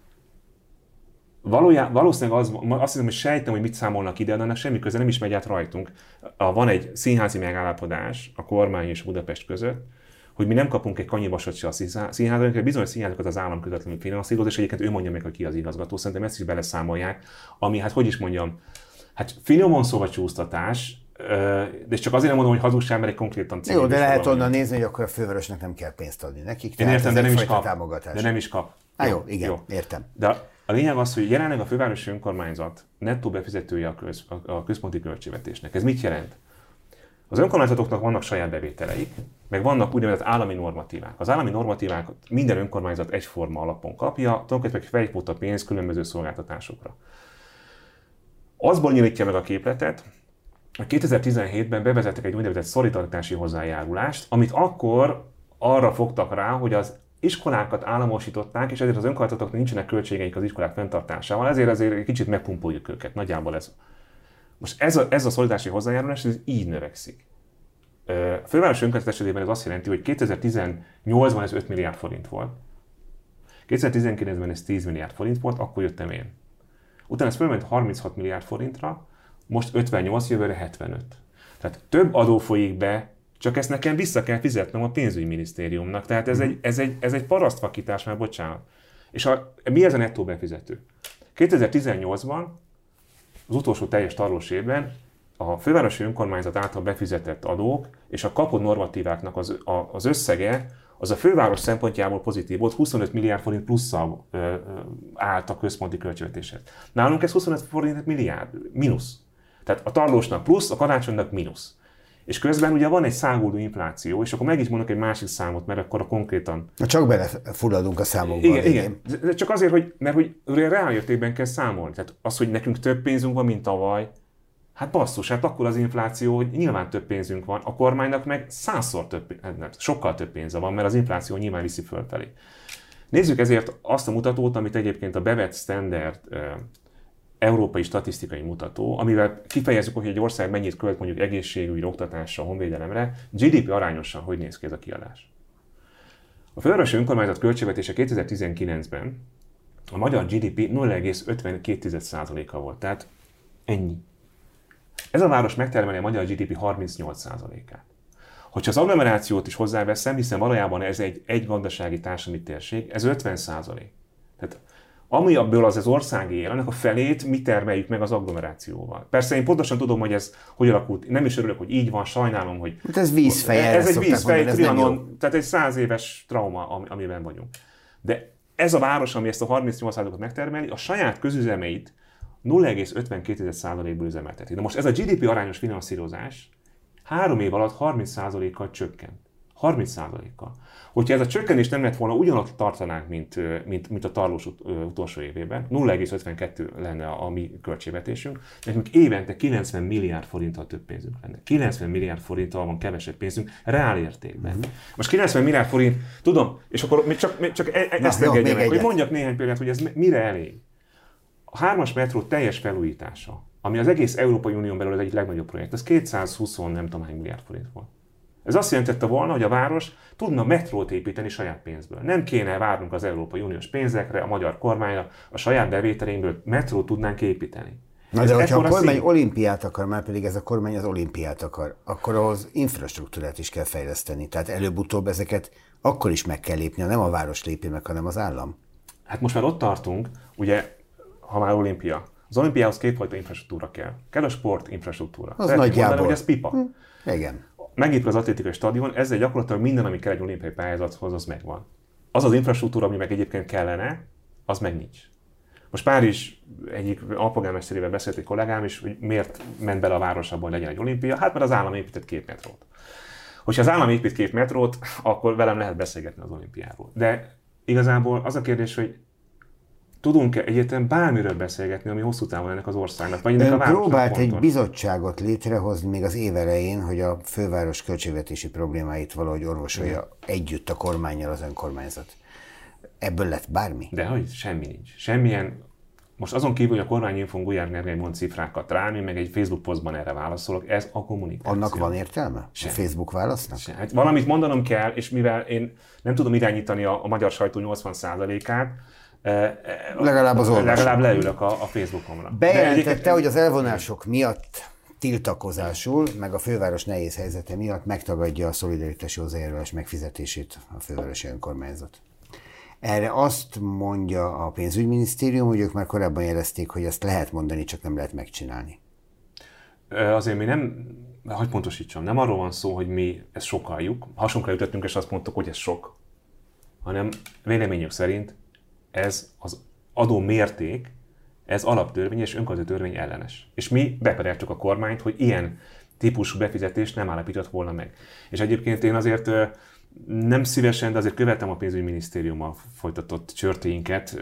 Valójá, valószínűleg az, azt hiszem, hogy sejtem, hogy mit számolnak ide, de annak semmi köze nem is megy át rajtunk. Van egy színházi megállapodás a kormány és Budapest között, hogy mi nem kapunk egy kanyibasot se a színházon, hogy bizonyos színházokat az állam közvetlenül finanszíroz, és egyébként ő mondja meg, hogy ki az igazgató. Szerintem ezt is beleszámolják, ami, hát hogy is mondjam, hát finoman szóval csúsztatás, de csak azért nem mondom, hogy hazugság, mert egy konkrétan cél. Jó, de lehet onnan nézni, hogy akkor a fővárosnak nem kell pénzt adni nekik. Én értem, de nem is kap. De nem is kap. Á, jó, igen, jó. Értem. De a lényeg az, hogy jelenleg a fővárosi önkormányzat nettó befizetője a, köz, a központi költségvetésnek. Ez mit jelent? Az önkormányzatoknak vannak saját bevételeik, meg vannak úgynevezett állami normatívák. Az állami normatívákat minden önkormányzat egyforma alapon kapja, tulajdonképpen fejfut a pénz különböző szolgáltatásokra. Az bonyolítja meg a képletet, hogy kétezer-tizenhétben bevezettek egy úgynevezett szolidaritási hozzájárulást, amit akkor arra fogtak rá, hogy az iskolákat államosították, és ezért az önkormányzatoknak nincsenek költségeik az iskolák fenntartásával, ezért azért egy kicsit megpumpoljuk őket, nagyjából ez. Most ez a, ez a szolidaritási hozzájárulás, ez így növekszik. A fővárosi önkormányzat esetében ez azt jelenti, hogy kétezer-tizennyolcban ez öt milliárd forint volt, kétezer-tizenkilencben ez tíz milliárd forint volt, akkor jöttem én. Utána ez fölment harminchat milliárd forintra, most ötvennyolc, jövőre hetvenöt. Tehát több adó folyik be, csak ezt nekem vissza kell fizetnem a pénzügyminisztériumnak. Tehát ez egy, ez egy, ez egy parasztvakítás, már bocsánat. És a, mi ez a nettó befizető? kétezer-tizennyolcban, az utolsó teljes tarlós évben a fővárosi önkormányzat által befizetett adók és a kapott normatíváknak az, a, az összege, az a főváros szempontjából pozitív volt, huszonöt milliárd forint plusszal ö, ö, állt a központi költségvetéshez. Nálunk ez huszonöt forint milliárd, mínusz. Tehát a tarlósnak plusz, a karácsonynak mínusz. És közben ugye van egy száguldó infláció, és akkor meg is mondok egy másik számot, mert akkor a konkrétan... Na csak belefulladunk a számokba. Igen, igen. De csak azért, hogy, mert hogy reálértékben kell számolni. Tehát az, hogy nekünk több pénzünk van, mint tavaly, hát basszus, hát akkor az infláció, hogy nyilván több pénzünk van, a kormánynak meg százszor több, nem, sokkal több pénze van, mert az infláció nyilván viszi fölfelé. Nézzük ezért azt a mutatót, amit egyébként a bevett standard európai statisztikai mutató, amivel kifejezzük, hogy egy ország mennyit költ mondjuk egészségügyre, oktatásra, honvédelemre, gé dé pé arányosan hogy néz ki ez a kiadás. A fővárosi önkormányzat költségvetése kétezer-tizenkilencben a magyar gé dé pé nulla egész ötvenkét százaléka volt, tehát ennyi. Ez a város megtermeli a magyar gé dé pé harmincnyolc százalékát. Hogyha az agglomerációt is hozzáveszem, hiszen valójában ez egy, egy gazdasági társadalmi térség, ez ötven százalék. Tehát ami abból az az ország él, annak a felét mi termeljük meg az agglomerációval. Persze én pontosan tudom, hogy ez hogy alakult. Nem is örülök, hogy így van, sajnálom, hogy... Hát ez vízfej, ez egy vízfej, Trianon, tehát egy száz éves trauma, amiben vagyunk. De ez a város, ami ezt a harmincnyolc százalékot megtermeli, a saját közüzemeit nulla egész ötvenkét százalékból üzemelteti. De most ez a gé dé pé arányos finanszírozás három év alatt harminc százalékkal csökkent. harminc százalékkal. Hogyha ez a csökkenés nem lett volna, ugyanott tartanánk, mint, mint, mint a tarlós ut- utolsó évében, nulla egész ötvenkettő lenne a, a mi költségvetésünk, nekünk évente kilencven milliárd forinttal több pénzünk lenne. kilencven milliárd forinttal van kevesebb pénzünk reál értékben. Mm-hmm. Most kilencven milliárd forint, tudom, és akkor még csak, még csak e- ezt engedjem meg, hogy mondjak néhány példát, hogy ez mire elég. A hármas metró teljes felújítása, ami az egész Európai Unión belül az egyik legnagyobb projekt, ez kétszázhúsz nem tudom hány milliárd forint volt. Ez azt jelentette volna, hogy a város tudna metrót építeni saját pénzből. Nem kéne várnunk az Európai Uniós pénzekre, a magyar kormányra, a saját bevételeinkből metrót tudnánk építeni. Na de hogyha a kormány olimpiát akar, már pedig ez a kormány az olimpiát akar, akkor ahhoz infrastruktúrát is kell fejleszteni. Tehát előbb-utóbb ezeket akkor is meg kell lépni, nem a város lépi meg, hanem az állam. Hát most már ott tartunk, ugye, ha már olimpia. Az olimpiához kétfajta infrastruktúra kell. Kell a sport infrastruktúra. Az nagyjából. Mondani, hogy ez pipa. Hm, igen. Megépül az atlétikai stadion, ezzel gyakorlatilag minden, ami kell egy olimpiai pályázathoz, az megvan. Az az infrastruktúra, ami meg egyébként kellene, az meg nincs. Most Párizs egyik alpolgármesterével beszélt egy kollégám is, hogy miért ment bele a városba, hogy legyen egy olimpia. Hát mert az állam épített két metrót. Hogyha az állam épít két metrót, akkor velem lehet beszélgetni az olimpiáról. De igazából az a kérdés, hogy tudunk-e egyáltalán bármiről beszélgetni, ami hosszú távon ennek az országnak, vagy ennek Ön a városnak próbált fontos. egy bizottságot létrehozni még az év elején, hogy a főváros költségvetési problémáit valahogy orvosolja mm. együtt a kormánnyal az önkormányzat. Ebből lett bármi? De hogy semmi nincs. Semmilyen. Most azon kívül, hogy a kormányinfón Gulyás Gergely mond cifrákat rámi, meg egy Facebook posztban erre válaszolok, ez a kommunikáció. Annak van értelme? Sem. A Facebook válasznak? Sem. Hát valamit mondanom kell, és mivel én nem tudom irányítani a, a magyar sajtó nyolcvan százalékát, legalább az olvasó. Legalább leülök a, a Facebookomra. Bejelentette, hogy az elvonások miatt tiltakozásul, meg a főváros nehéz helyzete miatt megtagadja a szolidaritási hozzájárulás megfizetését a fővárosi önkormányzat. Erre azt mondja a pénzügyminisztérium, hogy ők már korábban jelezték, hogy ezt lehet mondani, csak nem lehet megcsinálni. Azért mi nem, hogy pontosítsam, nem arról van szó, hogy mi ezt sokaljuk, hasonlóra ütöttünk, és azt mondtuk, hogy ez sok, hanem véleményük szerint ez az adó mérték, ez alaptörvény és önkormányzati törvény ellenes. És mi bepereltük a kormányt, hogy ilyen típusú befizetést nem állapított volna meg. És egyébként én azért nem szívesen, de azért követem a pénzügyminisztériummal folytatott csörtéinket.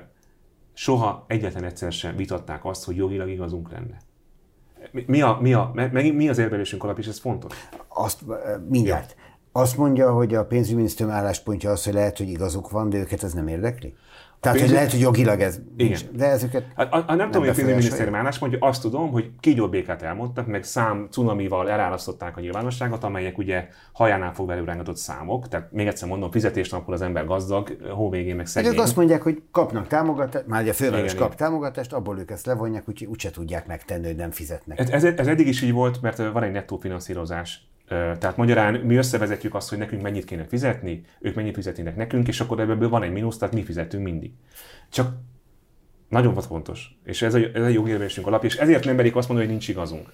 Soha egyetlen egyszer sem vitatták azt, hogy jogilag igazunk lenne. Mi, a, mi, a, mi az érvelésünk alap, és ez fontos? Azt mindjárt. Ja. Azt mondja, hogy a pénzügyminisztérium álláspontja az, hogy lehet, hogy igazuk van, de őket ez nem érdekli? Tehát, pénz... hogy lehet, hogy jogilag ez nincs, de ezeket a, a, a, nem, nem tudom, hogy a pénzügyminisztérium álláspontja, azt tudom, hogy kígyó békát elmondtak, meg szám cunamival elárasztották a nyilvánosságot, amelyek ugye hajánál fogva előrángatott számok, tehát még egyszer mondom, fizetést nap, az ember gazdag, hó végén meg szegény. Ők azt mondják, hogy kapnak támogatást, már ugye a főváros kap támogatást, abból ők ezt levonják, úgyhogy úgyse tudják megtenni, hogy nem fizetnek. Ez, ez, ez eddig is így volt, mert van egy nettó finanszírozás. Tehát magyarán mi összevezetjük azt, hogy nekünk mennyit kéne fizetni, ők mennyit fizetnének nekünk, és akkor ebből van egy mínusz, tehát mi fizetünk mindig. Csak nagyon fontos, és ez a, ez a jogérvésünk alap, és ezért nem merik azt mondani, hogy nincs igazunk.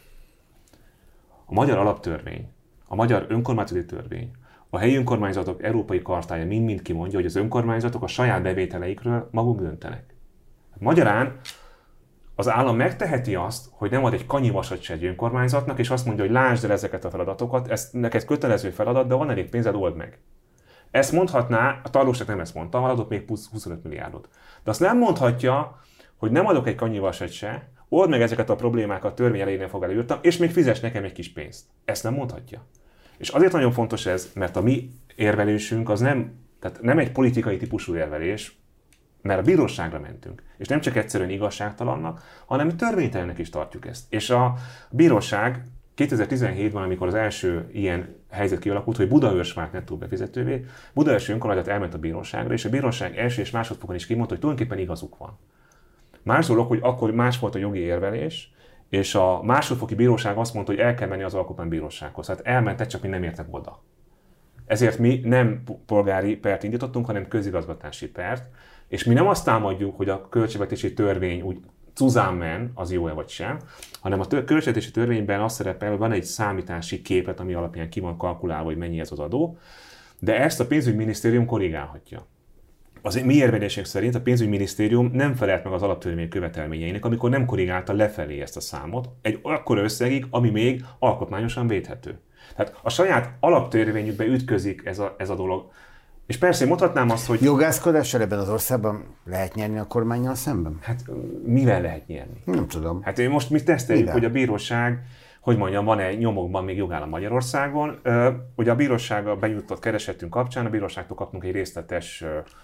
A magyar alaptörvény, a magyar önkormányzati törvény, a helyi önkormányzatok európai kartája mind-mind kimondja, hogy az önkormányzatok a saját bevételeikről maguk döntenek. Magyarán az állam megteheti azt, hogy nem ad egy kanyivasat se egy önkormányzatnak, és azt mondja, hogy lásd el ezeket a feladatokat, ez neked kötelező feladat, de van elég pénzed, old meg. Ezt mondhatná, a Tarlósnak nem ezt mondta, adott még huszonöt milliárdot. De azt nem mondhatja, hogy nem adok egy kanyivasat se, old meg ezeket a problémákat, törvény elején fog előírtam, és még fizess nekem egy kis pénzt. Ezt nem mondhatja. És azért nagyon fontos ez, mert a mi érvelésünk az nem, tehát nem egy politikai típusú érvelés, mert a bíróságra mentünk. És nem csak egyszerűen igazságtalannak, hanem törvénytelennek is tartjuk ezt. És a bíróság kétezer-tizenhétben, amikor az első ilyen helyzet kialakult, hogy Budaörs vált nettó befizetővé, Budaörsi önkormányzat elment a bíróságra, és a bíróság első és másodfokon is kimondta, hogy tulajdonképpen igazuk van. Más dolog, hogy akkor más volt a jogi érvelés, és a másodfoki bíróság azt mondta, hogy el kell menni az alkotmánybírósághoz. Hát elmentek, csak mi nem értek oda. Ezért mi nem polgári pert indítottunk, hanem közigazgatási pert, és mi nem azt támadjuk, hogy a költségvetési törvény úgy cuzámmen, az jó-e vagy sem, hanem a tör- költségvetési törvényben azt szerepel, hogy van egy számítási képet, ami alapján ki van kalkulálva, hogy mennyi ez az adó, de ezt a pénzügyminisztérium korrigálhatja. Az mi érvelésünk szerint a pénzügyminisztérium nem felelt meg az alaptörvény követelményeinek, amikor nem korrigálta lefelé ezt a számot, egy akkora összegig, ami még alkotmányosan védhető. Tehát a saját alaptörvényükbe ütközik ez a, ez a dolog. És persze mondhatnám azt, hogy... Jogászkodással ebben az országban lehet nyerni a kormánnyal szemben? Hát mivel lehet nyerni? Nem tudom. Hát most mi teszteljük, mivel? Hogy a bíróság, hogy mondjam, van-e nyomokban még jogállam Magyarországon. Ugye a bírósággal benyújtott keresetünk kapcsán a bíróságtól kaptunk egy részletes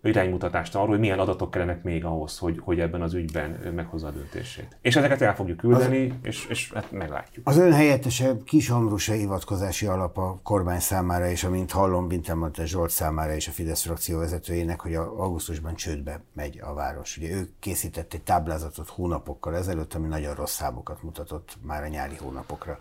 iránymutatást arról, hogy milyen adatok kellenek még ahhoz, hogy, hogy ebben az ügyben meghozza a döntését. És ezeket el fogjuk küldeni, az, és, és hát meglátjuk. Az ön helyettese Kis Ambrus-e hivatkozási alap a kormány számára, és amint hallom, Wintermantel Zsolt számára és a Fidesz frakció vezetőjének, hogy a augusztusban csődbe megy a város. Ugye ő készített egy táblázatot hónapokkal ezelőtt, ami nagyon rossz számokat mutatott már a nyári hónapokra.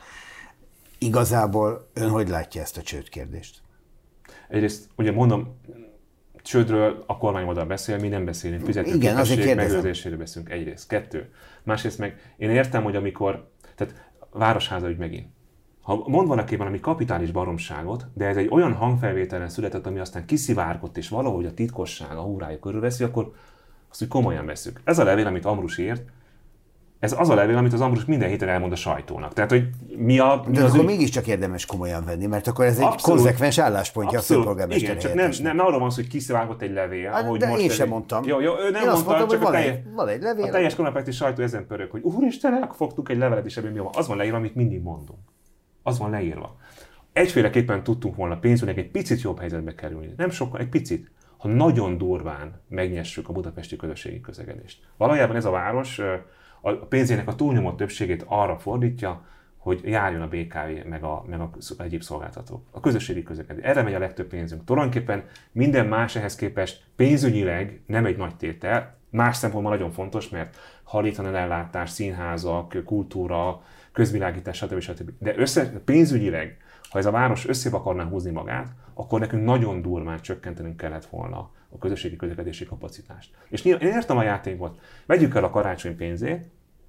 Igazából ön hogy látja ezt a csődkérdést? Egyrészt, ugye mondom, csődről a kormány oldal beszél, mi nem beszélünk, fizetőképesség megőrzéséről beszélünk egyrészt. Kettő. Másrészt meg én értem, hogy amikor, tehát városháza ügy megint. Ha mond valaki valami kapitális baromságot, de ez egy olyan hangfelvételen született, ami aztán kiszivárgott, és valahogy a titkosság a húrája körülveszi, akkor azt úgy komolyan veszük. Ez a levél, amit Ambrus írt, ez az a levél, amit az Ambrus minden héten elmond a sajtónak. Tehát, hogy mi a... Mi de az akkor ügy... mégiscsak érdemes komolyan venni, mert akkor ez egy Abszolút, konzekvens álláspontja abszolút, a főpolgármester igen, csak nem, nem, nem arról van szó, hogy kiszivárgott egy levél, hát, ahogy de most... én ez sem egy... mondtam. Jó, jó, ő nem én mondta, azt mondtam, csak hogy van, a, teljes, egy, van egy levél. a teljes kormánypárti sajtó ezen pörög, hogy úristen, elfogtuk egy levelet, és ebben mi van. Az van leírva, amit mindig mondunk. Az van leírva. Egyféleképpen tudtunk volna pénzügynek egy picit jobb helyzetbe kerülni. Nem sokkal, egy picit. Ha nagyon durván megnyessük a budapesti közösségi közlekedést. Valójában ez a város a pénzének a túlnyomó többségét arra fordítja, hogy járjon a bé ká vé meg a, meg a egyéb szolgáltatók. A közösségi közlekedés. Erre megy a legtöbb pénzünk. Tulajdonképpen minden más ehhez képest pénzügyileg nem egy nagy tétel. Más szempontból nagyon fontos, mert hajléktalan ellátás, színházak, kultúra, közvilágítás, stb. stb. De össze, pénzügyileg, ha ez a város összébb akarná húzni magát, akkor nekünk nagyon durván csökkentenünk kellett volna a közösségi közlekedési kapacitást. És én értem a játékot. Vegyük el a karácsony pénzét,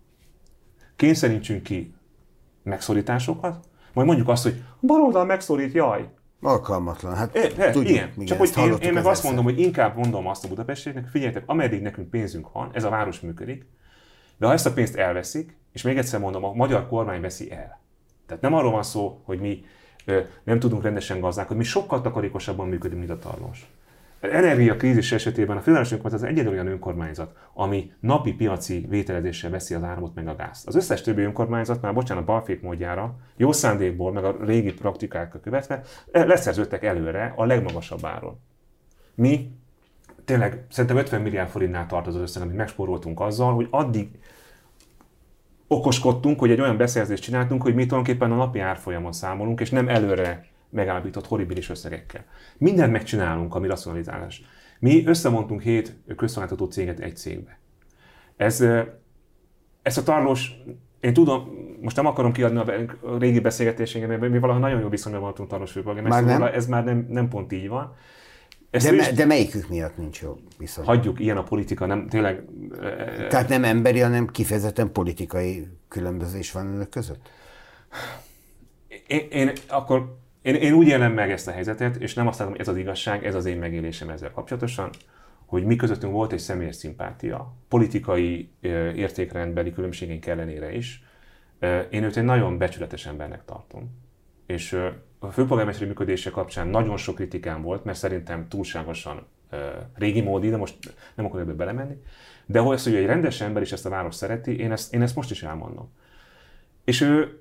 kényszerítsünk ki megszorításokat, majd mondjuk azt, hogy baloldal megszorít, jaj! Alkalmatlan. Hát é, é, tudjuk, igen, igen, csak hogy én, én meg azt egyszer. mondom, hogy inkább mondom azt a budapestieknek, figyeljetek, ameddig nekünk pénzünk van, ez a város működik, de ha ezt a pénzt elveszik, és még egyszer mondom, a magyar kormány veszi el. Tehát nem arról van szó, hogy mi ö, nem tudunk rendesen gazdálkodni, mi sokkal takarékosabban működünk, mint a Tarlós. Energiakrízis esetében a fővárosi önkormányzat az egyedül olyan önkormányzat, ami napi piaci vételezéssel veszi az áramot meg a gázt. Az összes többi önkormányzat már, bocsánat, balfék módjára, jó szándékból, meg a régi praktikákkal követve, leszerződtek előre a legmagasabb áron. Mi tényleg szerintem ötven milliárd forintnál tart az összeg, amit megspóroltunk azzal, hogy addig okoskodtunk, hogy egy olyan beszerzést csináltunk, hogy mi tulajdonképpen a napi árfolyamon számolunk, és nem előre megállapított horribilis összegekkel. Mindent megcsinálunk, ami racionalizálás. Mi összemondtunk hét közszolgáltató céget egy cégbe. Ez, ezt a Tarlós, én tudom, most nem akarom kiadni a régi beszélgetéseinket, mert mi valaha nagyon jó viszonyban voltunk Tarlós főpolgármester, ez már nem, nem pont így van. De, me, de melyikük miatt nincs jó viszony? Hagyjuk, ilyen a politika, nem tényleg... Tehát nem emberi, hanem kifejezetten politikai különbözés van önök között? Én, én akkor... Én, én úgy élem meg ezt a helyzetet, és nem azt látom, hogy ez az igazság, ez az én megélésem ezzel kapcsolatosan, hogy mi közöttünk volt egy személyes szimpátia, politikai értékrendbeli különbségeink ellenére is. Én őt egy nagyon becsületes embernek tartom. És a főpolgármesteri működése kapcsán nagyon sok kritikám volt, mert szerintem túlságosan régi módi, de most nem akarok ebbe belemenni. De hogy az, hogy egy rendes ember is ezt a város szereti, én ezt, én ezt most is elmondom. És ő...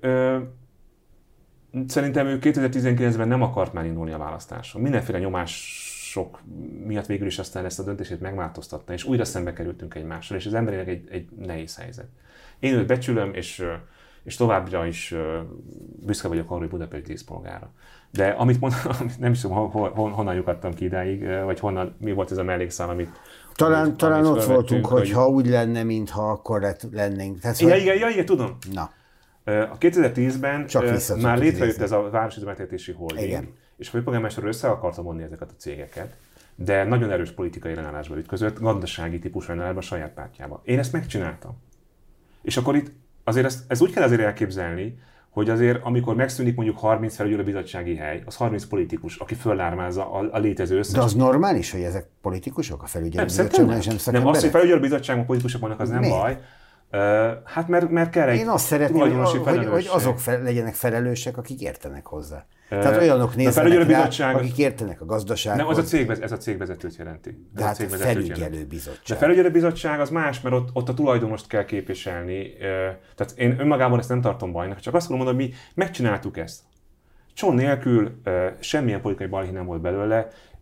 Szerintem ő kétezer-tizenkilencben nem akart már indulni a választáson. Mindenféle nyomások miatt végül is aztán ezt a döntését megváltoztatta, és újra szembe kerültünk egymással, és az emberének egy, egy nehéz helyzet. Én őt becsülöm, és, és továbbra is büszke vagyok arra, hogy Budapest díszpolgára. De amit mondtam, nem is tudom, honnan lyukadtam ki idáig, vagy honnan, mi volt ez a mellékszál, amit... Talán, amit, talán amit ott voltunk, hogy, hogy ha úgy lenne, mintha akkor lett, lennénk. Tehát, ja, hogy... igen, ja, igen, tudom. Na. A kétezer-tízben már létrejött nézni. ez a városüzemeltetési holding, igen. És a főpolgármester össze akarta vonni ezeket a cégeket, de nagyon erős politikai ellenállásba ütközött, gazdasági típusú ellenállásba a saját pártjába. Én ezt megcsináltam. És akkor itt azért ezt, ez úgy kell azért elképzelni, hogy azért, amikor megszűnik mondjuk harminc felügyelőbizottsági hely, az harminc politikus, aki föllármázza a, a létező összes... De az normális, hogy ezek politikusok a felügyelőbizottságban, és nem szakemberek? Nem, az, hogy felügyelőbizottságban politikusok vannak, az nem Miért? baj. Uh, hát mert, mert kell egy Én azt szeretném, hogy, hogy, hogy azok fel, legyenek felelősek, akik értenek hozzá. Uh, Tehát olyanok nézzenek rá, bizottság... akik értenek a gazdasághoz. Nem, az a cégvez, ez a cégvezetőt jelenti. De hát a felügyelőbizottság. A felügyelőbizottság az más, mert ott, ott a tulajdonost kell képviselni. Uh, tehát én önmagában ezt nem tartom bajnak, csak azt mondom, hogy mi megcsináltuk ezt. Cson nélkül uh, semmilyen politikai balhé nem volt belőle.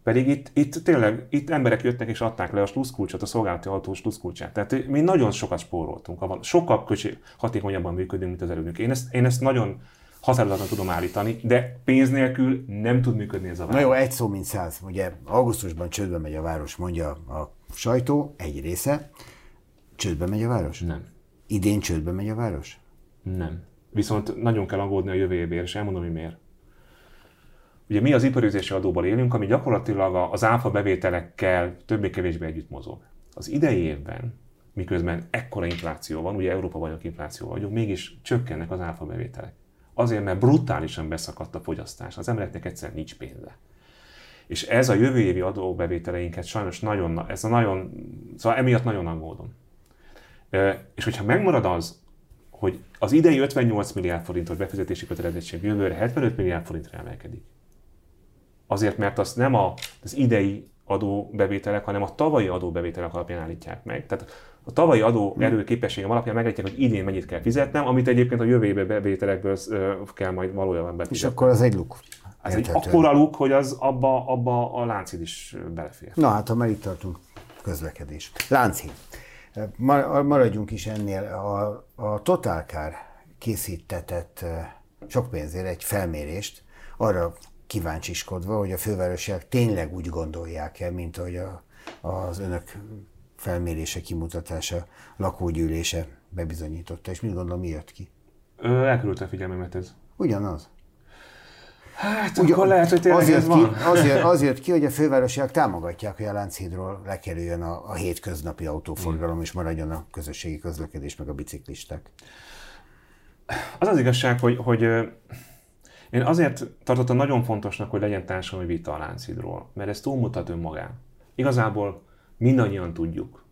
Pedig itt, itt tényleg itt emberek jöttek és adták le a sluszkulcsot, a szolgálati autó sluszkulcsát. Tehát mi nagyon sokat spóroltunk, sokkal kicsi, hatékonyabban működünk, mint az elődünk. Én ezt, én ezt nagyon határozottan tudom állítani, de pénz nélkül nem tud működni ez a város. Na jó, egy szó mint száz. Ugye augusztusban csődbe megy a város, mondja a sajtó, egy része. Csődbe megy a város? Nem. Idén csődbe megy a város? Nem. Viszont nagyon kell aggódni a jövő évért, és elmondom, hogy miért. Ugye mi az iparüzési adóban élünk, ami gyakorlatilag az áfa bevételekkel többé-kevésbé együtt mozog. Az idei évben, miközben ekkora infláció van, ugye Európa bajnok infláció vagyunk, mégis csökkennek az áfa bevételek. Azért, mert brutálisan beszakadt a fogyasztás. Az embereknek egyszerűen nincs pénze. És ez a jövő évi adóbevételeinket sajnos nagyon, ez a nagyon, szóval emiatt nagyon aggódom. És hogyha megmarad az, hogy az idei ötvennyolc milliárd forintos befizetési kötelezettség jövőre hetvenöt milliárd forintra emelkedik. Azért, mert azt nem a, az idei adóbevételek, hanem a tavalyi adóbevételek alapján állítják meg. Tehát a tavalyi adó erőképességem alapján megállítják, hogy idén mennyit kell fizetnem, amit egyébként a jövő évi bevételekből kell majd valójában befizetni. És akkor az egy luk. Ez egy akkora luk, hogy az abba, abba a Lánchíd is belefér. Na hát, ha már itt tartunk, közlekedés. Lánchíd. Maradjunk is ennél. A, a Totalkár készítetett sok pénzért egy felmérést, arra kíváncsiskodva, hogy a fővárosiak tényleg úgy gondolják-e, mint ahogy a, az önök felmérése, kimutatása, lakógyűlése bebizonyította. És mit gondol, mi jött ki? Ö, elkerült a figyelmemet ez. Ugyanaz. Hát Ugyan, akkor lehet, hogy tényleg ez van. Ki, az, jött, az jött ki, hogy a fővárosiak támogatják, hogy a Lánchídról lekerüljön a, a hétköznapi autóforgalom, mm. és maradjon a közösségi közlekedés, meg a biciklisták. Az az igazság, hogy, hogy én azért tartottam nagyon fontosnak, hogy legyen társadalmi vita a Lánchídról, mert ez túlmutat önmagán. Igazából mindannyian tudjuk.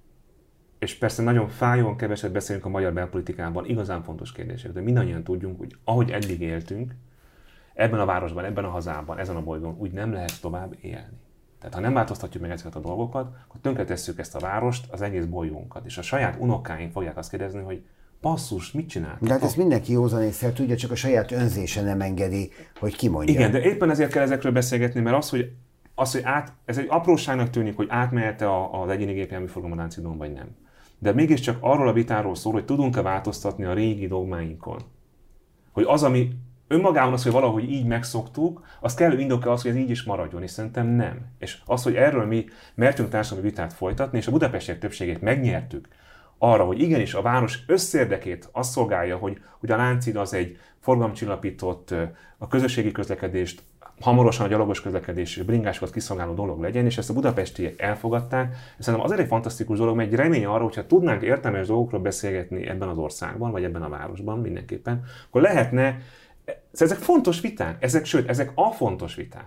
És persze nagyon fájóan keveset beszélünk a magyar belpolitikában, igazán fontos kérdések, de mindannyian tudjunk, hogy ahogy eddig éltünk, ebben a városban, ebben a hazában, ezen a bolygón úgy nem lehet tovább élni. Tehát ha nem változtatjuk meg ezeket a dolgokat, akkor tönkretesszük ezt a várost, az egész bolygónkat. És a saját unokáink fogják azt kérdezni, hogy basszus, mit csináltak? De hát ezt mindenki józanésszel tudja, csak a saját önzése nem engedi, hogy kimondja. Igen, de éppen ezért kell ezekről beszélgetni, mert az, hogy, az, hogy át, ez egy apróságnak tűnik, hogy átmehet-e az egyéni gépjárműforgalom a Lánchídon, vagy nem. De mégiscsak arról a vitáról szól, hogy tudunk-e változtatni a régi dogmáinkon. Hogy az, ami önmagában az, hogy valahogy így megszoktuk, az kellő indok az, hogy ez így is maradjon, és szerintem nem. És az, hogy erről mi mertünk társadalmi vitát folytatni, és a budapestiek többségét megnyertük arra, hogy igenis a város összérdekét azt szolgálja, hogy, hogy a Lánchíd az egy forgalomcsillapított, a közösségi közlekedést, hamarosan a gyalogos közlekedés és bringásokat kiszolgáló dolog legyen, és ezt a budapestiek elfogadták. Szerintem azért egy fantasztikus dolog, mert egy remény arra, hogyha tudnánk értelmes dolgokról beszélgetni ebben az országban, vagy ebben a városban mindenképpen, akkor lehetne. Ezek fontos viták, ezek, sőt, ezek a fontos viták.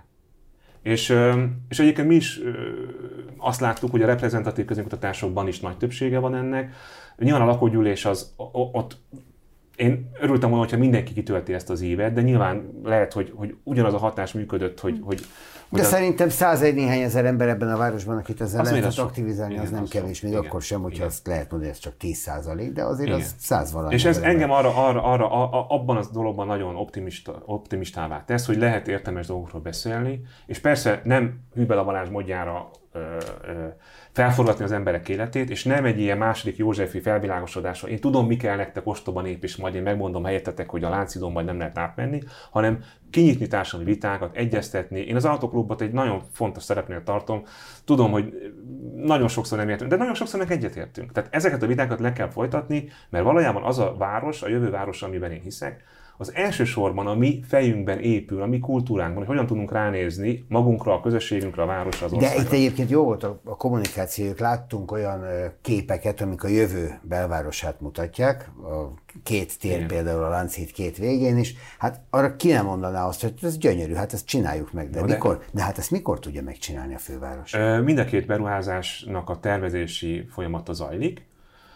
És, és egyébként mi is azt láttuk, hogy a reprezentatív közönkutatásokban is nagy többsége van ennek. Nyilván a lakógyűlés az ott, én örültem volna, hogyha mindenki kitölti ezt az évet, de nyilván lehet, hogy, hogy ugyanaz a hatás működött, hogy... hogy de az... szerintem százegy néhány ezer ember ebben a városban, akit ezzel az lehet aktivizálni, igen, az nem az kevés, még igen, akkor sem, hogyha igen. Azt lehet mondani, hogy ez csak tíz százalék, de azért igen. Az száz valahány. És ez engem arra, arra, arra, a, abban a dologban nagyon optimista, optimistává tesz, hogy lehet értelmes dolgokról beszélni, és persze nem Hübel a Balázs módjára ö, ö, felforgatni az emberek életét, és nem egy ilyen második Józsefi felvilágosodásra. Én tudom, mi kell nektek ostoba nép, és majd én megmondom helyettetek, hogy a Lánchídon majd nem lehet átmenni, hanem kinyitni társadalmi vitákat, egyeztetni. Én az Autoklubot egy nagyon fontos szerepnél tartom. Tudom, hogy nagyon sokszor nem értünk, de nagyon sokszor meg egyetértünk. Tehát ezeket a vitákat le kell folytatni, mert valójában az a város, a jövő város, amiben én hiszek, az elsősorban a mi fejünkben épül, a mi kultúránkban, hogy hogyan tudunk ránézni magunkra, a közösségünkre, a városra, az országra. De itt egyébként jó volt a, a kommunikációjuk, láttunk olyan képeket, amik a jövő belvárosát mutatják, a két tér igen. Például a Lánchíd két végén is, hát arra ki nem mondaná azt, hogy ez gyönyörű, hát ezt csináljuk meg, de, de mikor? De hát ezt mikor tudja megcsinálni a főváros? Mind a két beruházásnak a tervezési folyamata zajlik.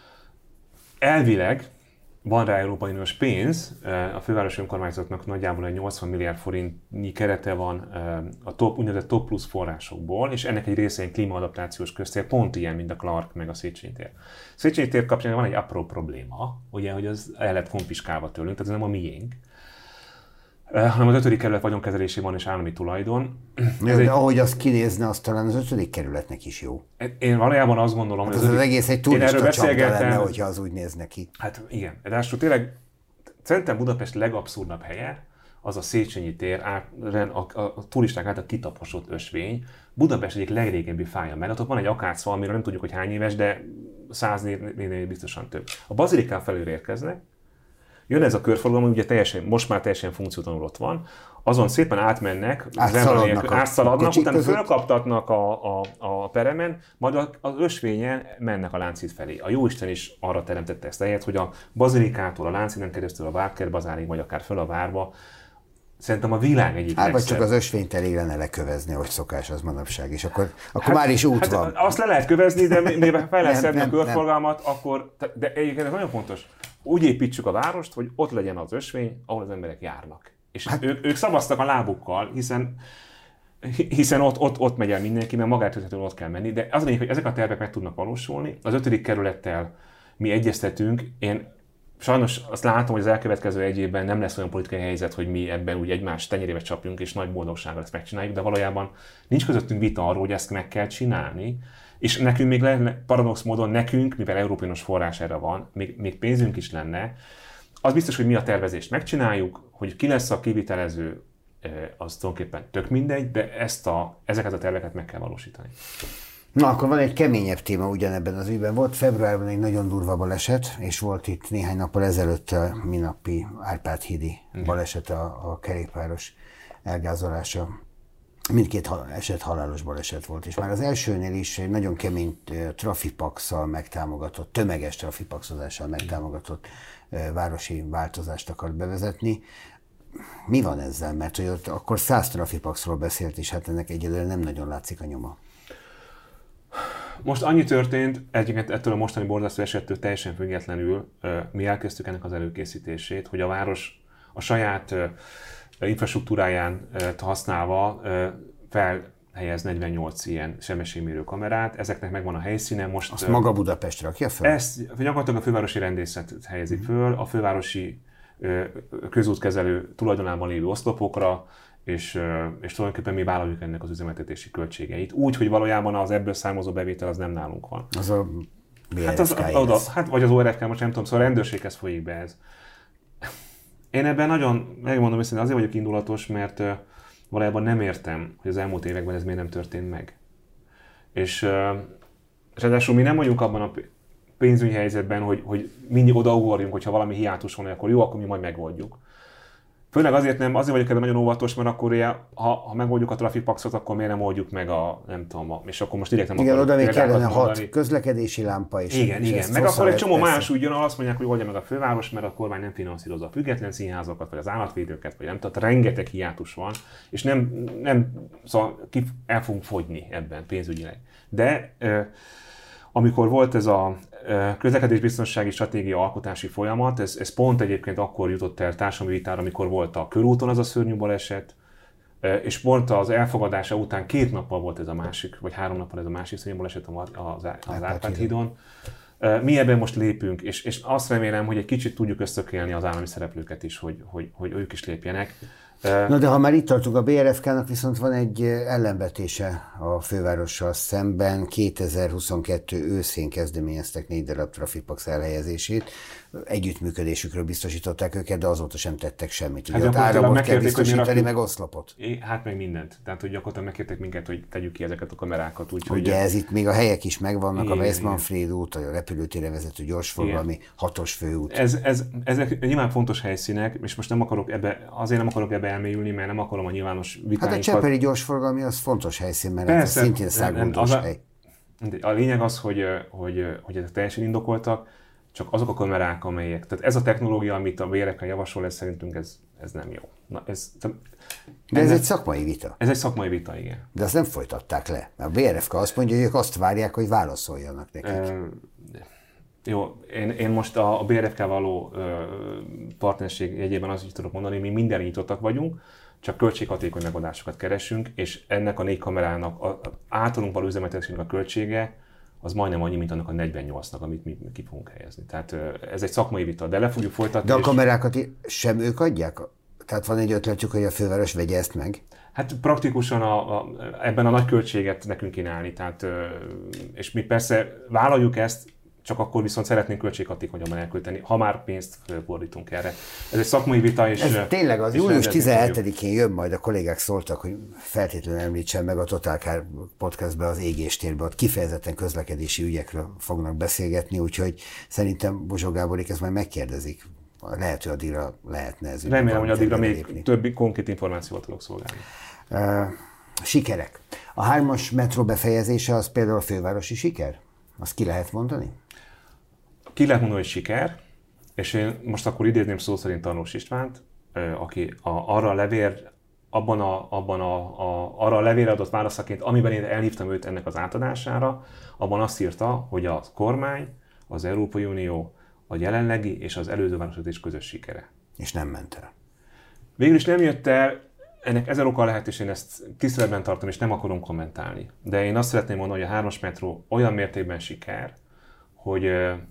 Elvileg van rá Európai Uniós pénz, a fővárosi önkormányzatnak nagyjából egy nyolcvan milliárd forintnyi kerete van a top, úgynevezett top plusz forrásokból, és ennek egy része egy klímaadaptációs köztér, pont ilyen, mint a Clark meg a Széchenyi tér. Széchenyi tér kapcsán van egy apró probléma, ugye, hogy az el lett konfiskálva tőlünk, tehát ez nem a miénk. hanem az ötödik kerület vagyonkezelésében és állami tulajdon. Jó, de egy... ahogy az kinézne, az talán az ötödik kerületnek is jó. Én valójában azt gondolom, hát hogy az, az, az egész egy turista csapda lenne, hogyha az úgy néz neki. Hát igen, de most tényleg szerintem Budapest legabszurdabb helye az a Széchenyi tér, a, a, a turisták által kitaposott ösvény. Budapest egyik legrégebbi fája mellett, ott van egy akárcfa, amiről nem tudjuk, hogy hány éves, de száz név biztosan több. A bazilikán felül érkeznek, jön ez a körforgalom, ami ugye teljesen, most már teljesen funkciótlanul ott van, azon szépen átmennek, átszaladnak, átszaladnak utána fölkaptatnak a, a, a peremen, majd az ösvényen mennek a Lánchíd felé. A Jóisten is arra teremtette ezt a helyet, hogy a bazilikától, a Lánchídon keresztül a Várkert bazárig, vagy akár föl a várba, szerintem a világ egyik hát, vagy csak az ösvényt elég lenne lekövezni, hogy szokás az manapság, és akkor, akkor hát, már is út hát van. Azt le lehet kövezni, de mivel fejleszteni a körforgalmat, akkor, de egyébként ez nagyon fontos, úgy építsük a várost, hogy ott legyen az ösvény, ahol az emberek járnak. És hát, ők, ők szavaztak a lábukkal, hiszen, hiszen ott, ott, ott megy el mindenki, mert magától ott kell menni, de az lényeg, hogy ezek a tervek meg tudnak valósulni. Az ötödik kerülettel mi egyeztetünk, én sajnos azt látom, hogy az elkövetkező egy évben nem lesz olyan politikai helyzet, hogy mi ebben úgy egymás tenyerébe csapjunk, és nagy boldogsággal ezt megcsináljuk, de valójában nincs közöttünk vita arról, hogy ezt meg kell csinálni, és nekünk még lenne, paradox módon nekünk, mivel Európai Uniós forrás erre van, még, még pénzünk is lenne, az biztos, hogy mi a tervezést megcsináljuk, hogy ki lesz a kivitelező, az tulajdonképpen tök mindegy, de ezt a, ezeket a terveket meg kell valósítani. Na, akkor van egy keményebb téma ugyanebben az ügyben. Volt februárban egy nagyon durva baleset, és volt itt néhány nappal ezelőtt a minnapi Árpád-hídi baleset, a, a kerékpáros elgázolása. Mindkét eset halálos baleset volt, és már az elsőnél is egy nagyon kemény trafipaxal megtámogatott, tömeges trafipaxozással megtámogatott városi változást akart bevezetni. Mi van ezzel? Mert hogy ott akkor száz trafipaxról beszélt, és hát ennek egyelőre nem nagyon látszik a nyoma. Most annyi történt, egyébként ettől a mostani borzasztó esettől teljesen függetlenül mi elkezdtük ennek az előkészítését, hogy a város a saját infrastruktúráján használva felhelyez negyvennyolc ilyen sebességmérő kamerát, ezeknek megvan a helyszíne. Most azt maga Budapest rakja föl? Ezt gyakorlatilag a fővárosi rendészet helyezi föl, a fővárosi közútkezelő tulajdonában lévő oszlopokra, és, és tulajdonképpen mi vállaljuk ennek az üzemeltetési költségeit. Úgy, hogy valójában az ebből származó bevétel az nem nálunk van. Az a bé er ef ká hát az, oda, hát vagy az o er ef ká, most nem tudom, szóval a rendőrséghez folyik be ez. Én ebben nagyon, megmondom őszintén, azért vagyok indulatos, mert valójában nem értem, hogy az elmúlt években ez miért nem történt meg. És, és ráadásul mi nem vagyunk abban a pénzügyi helyzetben, hogy, hogy mindig odaugorjunk, hogyha valami hiátus van, akkor jó, akkor mi majd megoldjuk. Főleg azért nem, azért vagyok ebben nagyon óvatos, mert akkor ilyen, ha, ha megoldjuk a trafipaxot, akkor miért nem oldjuk meg a, nem tudom, a, és akkor most direkt nem igen, akarok oda még kellene hat közlekedési lámpa is. Igen, igen. Meg akkor egy csomó más úgy jön, azt mondják, hogy oldja meg a főváros, mert a kormány nem finanszírozza a független színházakat, vagy az állatvédőket, vagy nem tudom, rengeteg hiátus van, és nem, nem szóval ki el fogunk fogyni ebben pénzügyileg. De amikor volt ez a közlekedésbiztonsági stratégia alkotási folyamat, ez, ez pont egyébként akkor jutott el társadalmi vitára, amikor volt a körúton az a szörnyű baleset, és pont az elfogadása után két nappal volt ez a másik, vagy három nappal ez a másik szörnyű baleset az, az Árpád-hídon. Mi ebben most lépünk, és, és azt remélem, hogy egy kicsit tudjuk összökélni az állami szereplőket is, hogy, hogy, hogy ők is lépjenek. Na de ha már itt tartunk, a bé er ef ká-nak viszont van egy ellenvetése a fővárossal szemben. kétezer-huszonkettő őszén kezdeményeztek négy darab trafipax elhelyezését. Együttműködésükről biztosították őket, de azóta sem tettek semmit. Ugye hát áramot kell biztosítani, meg oszlopot. É, hát meg mindent. Tehát, hogy gyakorlatilag megkértek minket, hogy tegyük ki ezeket a kamerákat. Úgy, ugye hogy ez itt még a helyek is megvannak, igen, a Westmanfréd út, a repülőtérre vezető gyorsforgalmi hatos főút. Ez, ez, ezek nyilván fontos helyszínek, és most nem akarok ebbe, azért nem akarok ebbe elmélyülni, mert nem akarom a nyilvános vitáinkat. Hát a Csepeli gyorsforgalmi az fontos helyszín, mert persze, ez szintén száguldós hely. A, a lényeg az, hogy, hogy, hogy ezek teljesen indokoltak, csak azok a kamerák, amelyek, tehát ez a technológia, amit a bé er ef ká javasol, ez szerintünk ez, ez nem jó. Na, ez, de ez, ez egy szakmai vita. Ez egy szakmai vita, igen. De azt nem folytatták le. A bé er ef ká azt mondja, hogy ők azt várják, hogy válaszoljanak nekik. E, jó, én, én most a, a bé er ef ká való ö, partnerség jegyében azt is tudok mondani, mi mindenre nyitottak vagyunk, csak költséghatékony megoldásokat keresünk, és ennek a négy kamerának, a, általunk való üzemeltetésnek a költsége, az majdnem annyi, mint annak a negyvennyolcnak, amit mi ki fogunk helyezni. Tehát ez egy szakmai vita, de le fogjuk folytatni. De a kamerákat sem ők adják? Tehát van egy ötletük, hogy a főváros vegye ezt meg? Hát praktikusan a, a, ebben a nagy költséget nekünk kínálni, tehát, és mi persze vállaljuk ezt, csak akkor viszont szeretnénk költséghatékonyan elkölteni, ha már pénzt fordítunk erre. Ez egy szakmai vita, és... Ez tényleg az július tizenhetedikén jön, majd a kollégák szóltak, hogy feltétlenül említsen meg a Totálkár podcastben az égéstérben, ott kifejezetten közlekedési ügyekről fognak beszélgetni, úgyhogy szerintem Bozsó Gáborék ezt majd megkérdezik. Lehet, hogy addigra lehetne ez. Remélem, hogy addigra még lépni. Több konkrét információval tudok szolgálni. Uh, sikerek. A hármas metró befejezése az például a fővárosi siker? Azt ki lehet mondani? Ki lehet mondani, hogy siker, és én most akkor idézném szó szerint Tarlós Istvánt, aki a, arra a levél, abban a, abban a, a, arra a levélre adott válaszaként, amiben én elhívtam őt ennek az átadására, abban azt írta, hogy a kormány, az Európai Unió, a jelenlegi és az előző városvezetés közös sikere. És nem ment el. Végül is nem jött el, ennek ezer oka lehet, és én ezt tiszteletben tartom, és nem akarom kommentálni. De én azt szeretném mondani, hogy a hármas metró olyan mértékben siker, hogy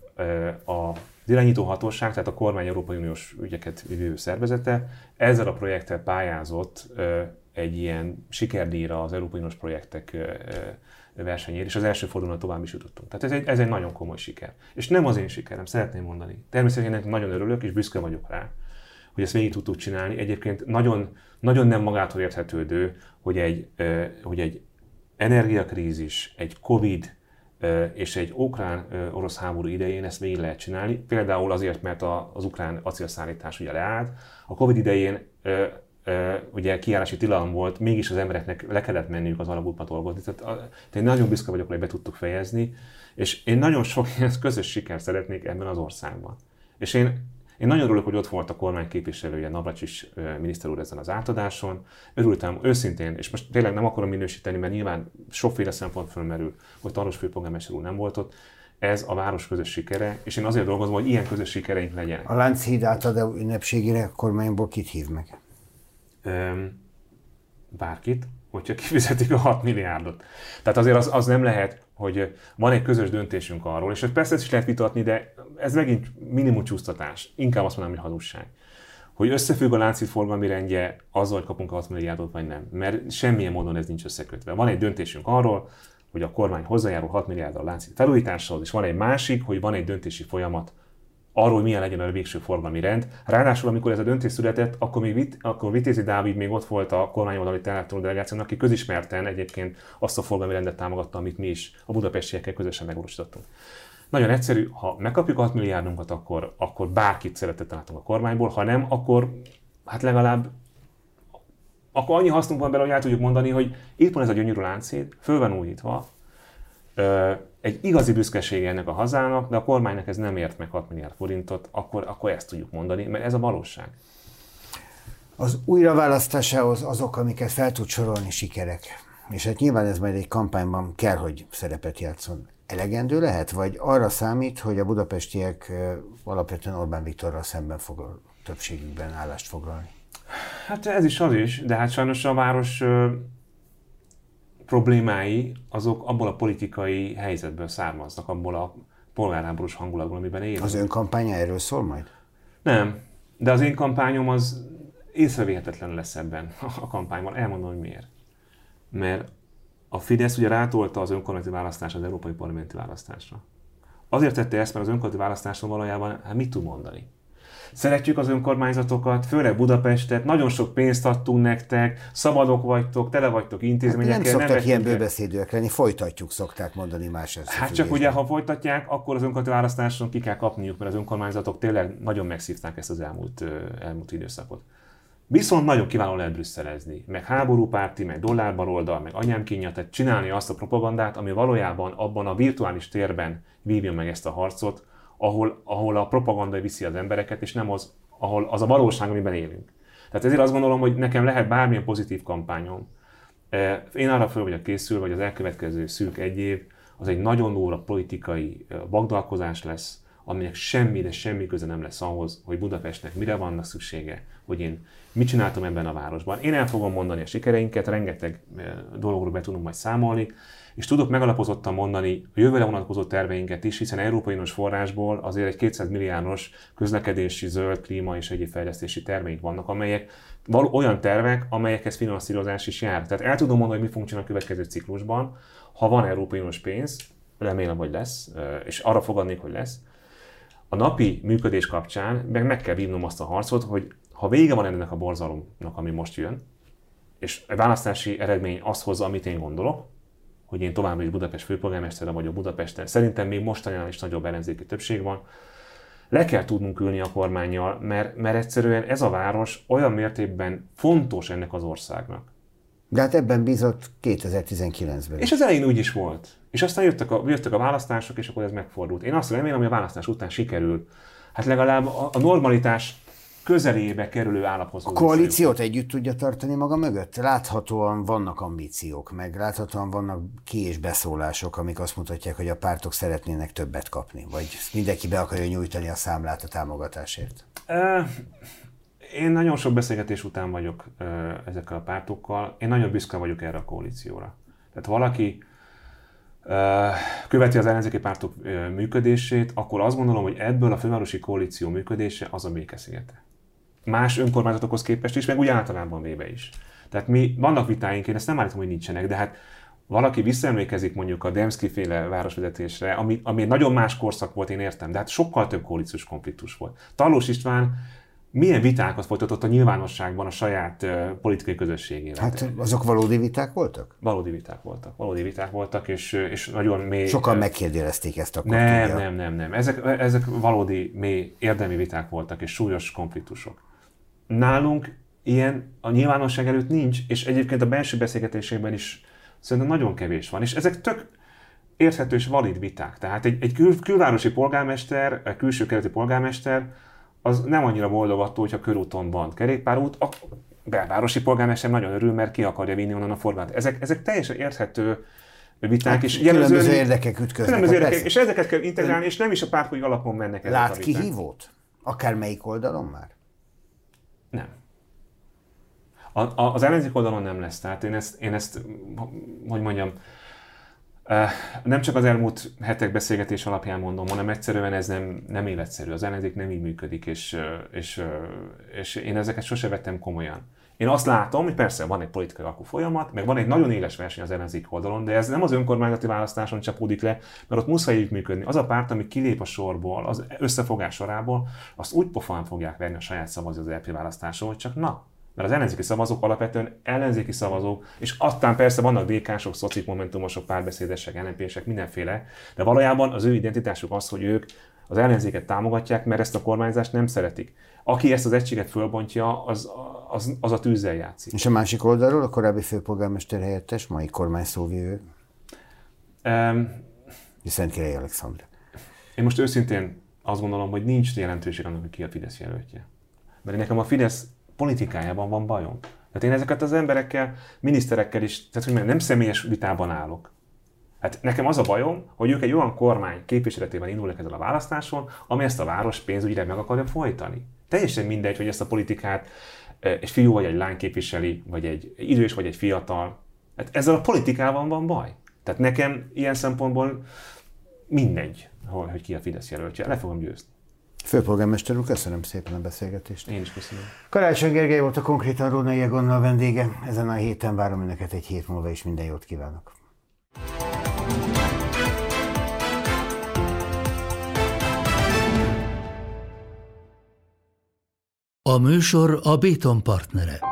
az irányító hatóság, tehát a kormány Európai Uniós ügyeket vívő szervezete ezzel a projekttel pályázott egy ilyen sikerdíjra az Európai Uniós projektek versenyért, és az első fordulón tovább is jutottunk. Tehát ez egy, ez egy nagyon komoly siker. És nem az én sikerem, szeretném mondani. Természetesen én nagyon örülök, és büszke vagyok rá, hogy ezt végig tudtuk csinálni. Egyébként nagyon, nagyon nem magától érthetődő, hogy egy, hogy egy energiakrízis, egy Covid és egy ukrán-orosz háború idején ezt végig lehet csinálni. Például azért, mert az ukrán acélszállítás ugye leállt. A Covid idején ugye kijárási tilalom volt, mégis az embereknek le kellett menniük az alagútba dolgozni. Tehát, tehát én nagyon büszke vagyok, hogy be tudtuk fejezni, és én nagyon sok ilyen közös sikert szeretnék ebben az országban. És én, én nagyon örülök, hogy ott volt a kormány képviselője, Navracsics miniszter úr ezen az átadáson. Örültem őszintén, és most tényleg nem akarom minősíteni, mert nyilván sokféle szempont fölmerül, hogy Tarlós főpolgármester úr nem volt ott. Ez a város közös sikere, és én azért dolgozom, hogy ilyen közös sikereink legyenek. A Lánchíd átadó ünnepségére a kormányból kit hív meg? Öm, bárkit, hogyha kifizetik a hat milliárdot. Tehát azért az, az nem lehet, hogy van egy közös döntésünk arról, és persze ezt is lehet vitatni, de ez megint minimum csúsztatás. Inkább azt mondanám, hogy hazugság. Hogy összefügg a Lánchíd forgalmi rendje azzal, hogy kapunk a hat milliárdot, vagy nem. Mert semmilyen módon ez nincs összekötve. Van egy döntésünk arról, hogy a kormány hozzájárul hat milliárddal a Lánchíd felújításához, és van egy másik, hogy van egy döntési folyamat arról, hogy milyen legyen a végső forgalmi rend. Ráadásul, amikor ez a döntés született, akkor, még Vit, akkor Vitézi Dávid még ott volt a kormányoldali tárgyaló delegációnak, aki közismerten egyébként azt a forgalmi rendet támogatta, amit mi is a budapestiekkel közösen megvalósítottunk. Nagyon egyszerű, ha megkapjuk a hat milliárdunkat, akkor, akkor bárkit szeretettel látunk a kormányból, ha nem, akkor hát legalább akkor annyi hasznunk van belőle, hogy el tudjuk mondani, hogy itt van ez a gyönyörű Lánchíd, föl van újítva, egy igazi büszkesége ennek a hazának, de a kormánynak ez nem ért meg hat milliárd forintot, akkor, akkor ezt tudjuk mondani, mert ez a valóság. Az újraválasztásához azok, amiket fel tud sorolni, sikerek. És hát nyilván ez majd egy kampányban kell, hogy szerepet játszon. Elegendő lehet? Vagy arra számít, hogy a budapestiek alapvetően Orbán Viktorral szemben fog a többségükben állást foglalni? Hát ez is az is, de hát sajnos a város problémái azok abból a politikai helyzetből származnak, abból a polgárháborús hangulatból, amiben élünk. Az ön kampánya erről szól majd? Nem, de az én kampányom az észrevéhetetlen lesz ebben a kampányban. Elmondom, hogy miért. Mert a Fidesz ugye rátolta az önkormányzati választás az európai parlamenti választásra. Azért tette ezt, mert az önkormányzati választáson valójában hát mit tud mondani? Szeretjük az önkormányzatokat, főleg Budapestet, nagyon sok pénzt adtunk nektek, szabadok vagytok, tele vagytok intézményekkel. Hát nem szoktak ilyen bőbeszédűek lenni, folytatjuk, szokták mondani más összefüggésben. Hát csak ugye, ha folytatják, akkor az önkormányzati választáson ki kell kapniuk, mert az önkormányzatok tényleg nagyon megszívták ezt az elmúlt, elmúlt időszakot. Viszont nagyon kiváló lehet brüsszelezni, meg háborúpárti, meg dollárbaroldal, meg anyámkínja, tehát csinálni azt a propagandát, ami valójában abban a virtuális térben vívja meg ezt a harcot, ahol, ahol a propaganda viszi az embereket, és nem az, ahol az a valóság, amiben élünk. Tehát ezért azt gondolom, hogy nekem lehet bármilyen pozitív kampányom. Én arra föl vagyok készülve, hogy az elkövetkező szűk egy év az egy nagyon durva politikai vagdalkozás lesz, aminek semmi, de semmi köze nem lesz ahhoz, hogy Budapestnek mire vannak szüksége, hogy én mit csináltam ebben a városban. Én el fogom mondani a sikereinket, rengeteg dologról be tudunk majd számolni, és tudok megalapozottan mondani a jövőre vonatkozó terveinket is, hiszen Európai Uniós forrásból azért egy kétszáz milliárdos közlekedési, zöld, klíma és egyéb fejlesztési terveink vannak, amelyek való, olyan tervek, amelyekhez finanszírozás is jár. Tehát el tudom mondani, hogy mi fogunk csinálni a következő ciklusban, ha van Európai Uniós pénz, remélem, hogy lesz, és arra fogadnék, hogy lesz. A napi működés kapcsán meg, meg kell vívnom azt a harcot, hogy ha vége van ennek a borzalomnak, ami most jön, és a választási eredmény azt hozza, amit én gondolok, hogy én továbbra is Budapest főpolgármestere vagyok Budapesten, szerintem még mostanában is nagyobb ellenzéki többség van, le kell tudnunk ülni a kormánnyal, mert, mert egyszerűen ez a város olyan mértékben fontos ennek az országnak. De hát ebben bízott kétezer-tizenkilencben. És az elején úgy is volt. És aztán jöttek a, jöttek a választások, és akkor ez megfordult. Én azt remélem, hogy a választás után sikerül. Hát legalább a, a normalitás közelébe kerülő állapothoz. A koalíciót együtt tudja tartani maga mögött? Láthatóan vannak ambíciók, meg láthatóan vannak ki- és beszólások, amik azt mutatják, hogy a pártok szeretnének többet kapni, vagy mindenki be akarja nyújtani a számlát a támogatásért. Én nagyon sok beszélgetés után vagyok ezekkel a pártokkal. Én nagyon büszke vagyok erre a koalícióra. Tehát valaki követi az ellenzéki pártok működését, akkor azt gondolom, hogy ebből a fővárosi koalíció működése az a békeszigete. Más önkormányzatokhoz képest is, meg úgy általában véve is. Tehát mi, vannak vitáink, én ezt nem állítom, hogy nincsenek, de hát valaki visszaemlékezik mondjuk a Demszky-féle városvezetésre, ami, ami egy nagyon más korszak volt, én értem, de hát sokkal több koalíciós konfliktus volt. Tarlós István milyen vitákat folytatott a nyilvánosságban a saját uh, politikai közösségével? Hát azok valódi viták voltak? Valódi viták voltak. Valódi viták voltak, és, és nagyon mély... Sokan uh, megkérdőjelezték ezt akkor. Nem, tudja. nem, nem, nem. Ezek, ezek valódi, mély, érdemi viták voltak, és súlyos konfliktusok. Nálunk ilyen a nyilvánosság előtt nincs, és egyébként a belső beszélgetésében is szerintem nagyon kevés van. És ezek tök érthető és valid viták. Tehát egy, egy kül, külvárosi polgármester, egy külső kerületi polgármester, az nem annyira boldog attól, hogyha körúton van kerékpárút, a belvárosi polgármester nagyon örül, mert ki akarja vinni onnan a forgalmat. Ezek, ezek teljesen érthető viták. Hát, és különböző érdekek ütköznek. Különböző érdekek, és ezeket kell integrálni, és nem is a pártpolitikai alapon mennek ezek Lát a viták. kihívót? Akár melyik oldalon már? Nem. A, a, az ellenzék oldalon nem lesz. Tehát én ezt, én ezt hogy mondjam, nem csak az elmúlt hetek beszélgetés alapján mondom, hanem egyszerűen ez nem, nem életszerű. Az ellenzék nem így működik, és, és, és én ezeket sose vettem komolyan. Én azt látom, hogy persze van egy politikai alkú folyamat, meg van egy nagyon éles verseny az ellenzék oldalon, de ez nem az önkormányzati választáson csapódik le, mert ott muszáj működni. Az a párt, ami kilép a sorból, az összefogás sorából, azt úgy pofán fogják verni a saját szavazók az é pé választáson, hogy csak na. Mert az ellenzéki szavazók alapvetően ellenzéki szavazók, és aztán persze vannak dé ká-sok, szocik, momentumosok, párbeszédesek, en em pé-sek, mindenféle, de valójában az ő identitásuk az, hogy ők az ellenzéket támogatják, mert ezt a kormányzást nem szeretik. Aki ezt az egységet fölbontja, az, az, az a tűzzel játszik. És a másik oldalról a korábbi főpolgármester helyettes, mai kormányszóvivő? Um, Szentkirályi Alexandra. Én most őszintén azt gondolom, hogy nincs jelentőség annak, hogy ki a Fidesz jelöltje. Mert nekem a Fidesz politikájában van bajom. Tehát én ezeket az emberekkel, miniszterekkel is, tehát hogy nem személyes vitában állok. Hát nekem az a bajom, hogy ők egy olyan kormány képviseletében indulnak ezen a választáson, ami ezt a város pénzügyre meg akarja folytani. Teljesen mindegy, hogy ezt a politikát egy fiú vagy egy lány képviseli, vagy egy idős vagy egy fiatal. Hát ezzel a politikával van baj. Tehát nekem ilyen szempontból mindegy, hogy ki a Fidesz jelöltje. Le fogom győzni. Főpolgármester úr, köszönöm szépen a beszélgetést. Én is köszönöm. Karácsony Gergely volt a Konkrétan Rónai Egonnal vendége. Ezen a héten várom önöket, egy hét múlva is minden jót kívánok. A műsor a Béton partnere.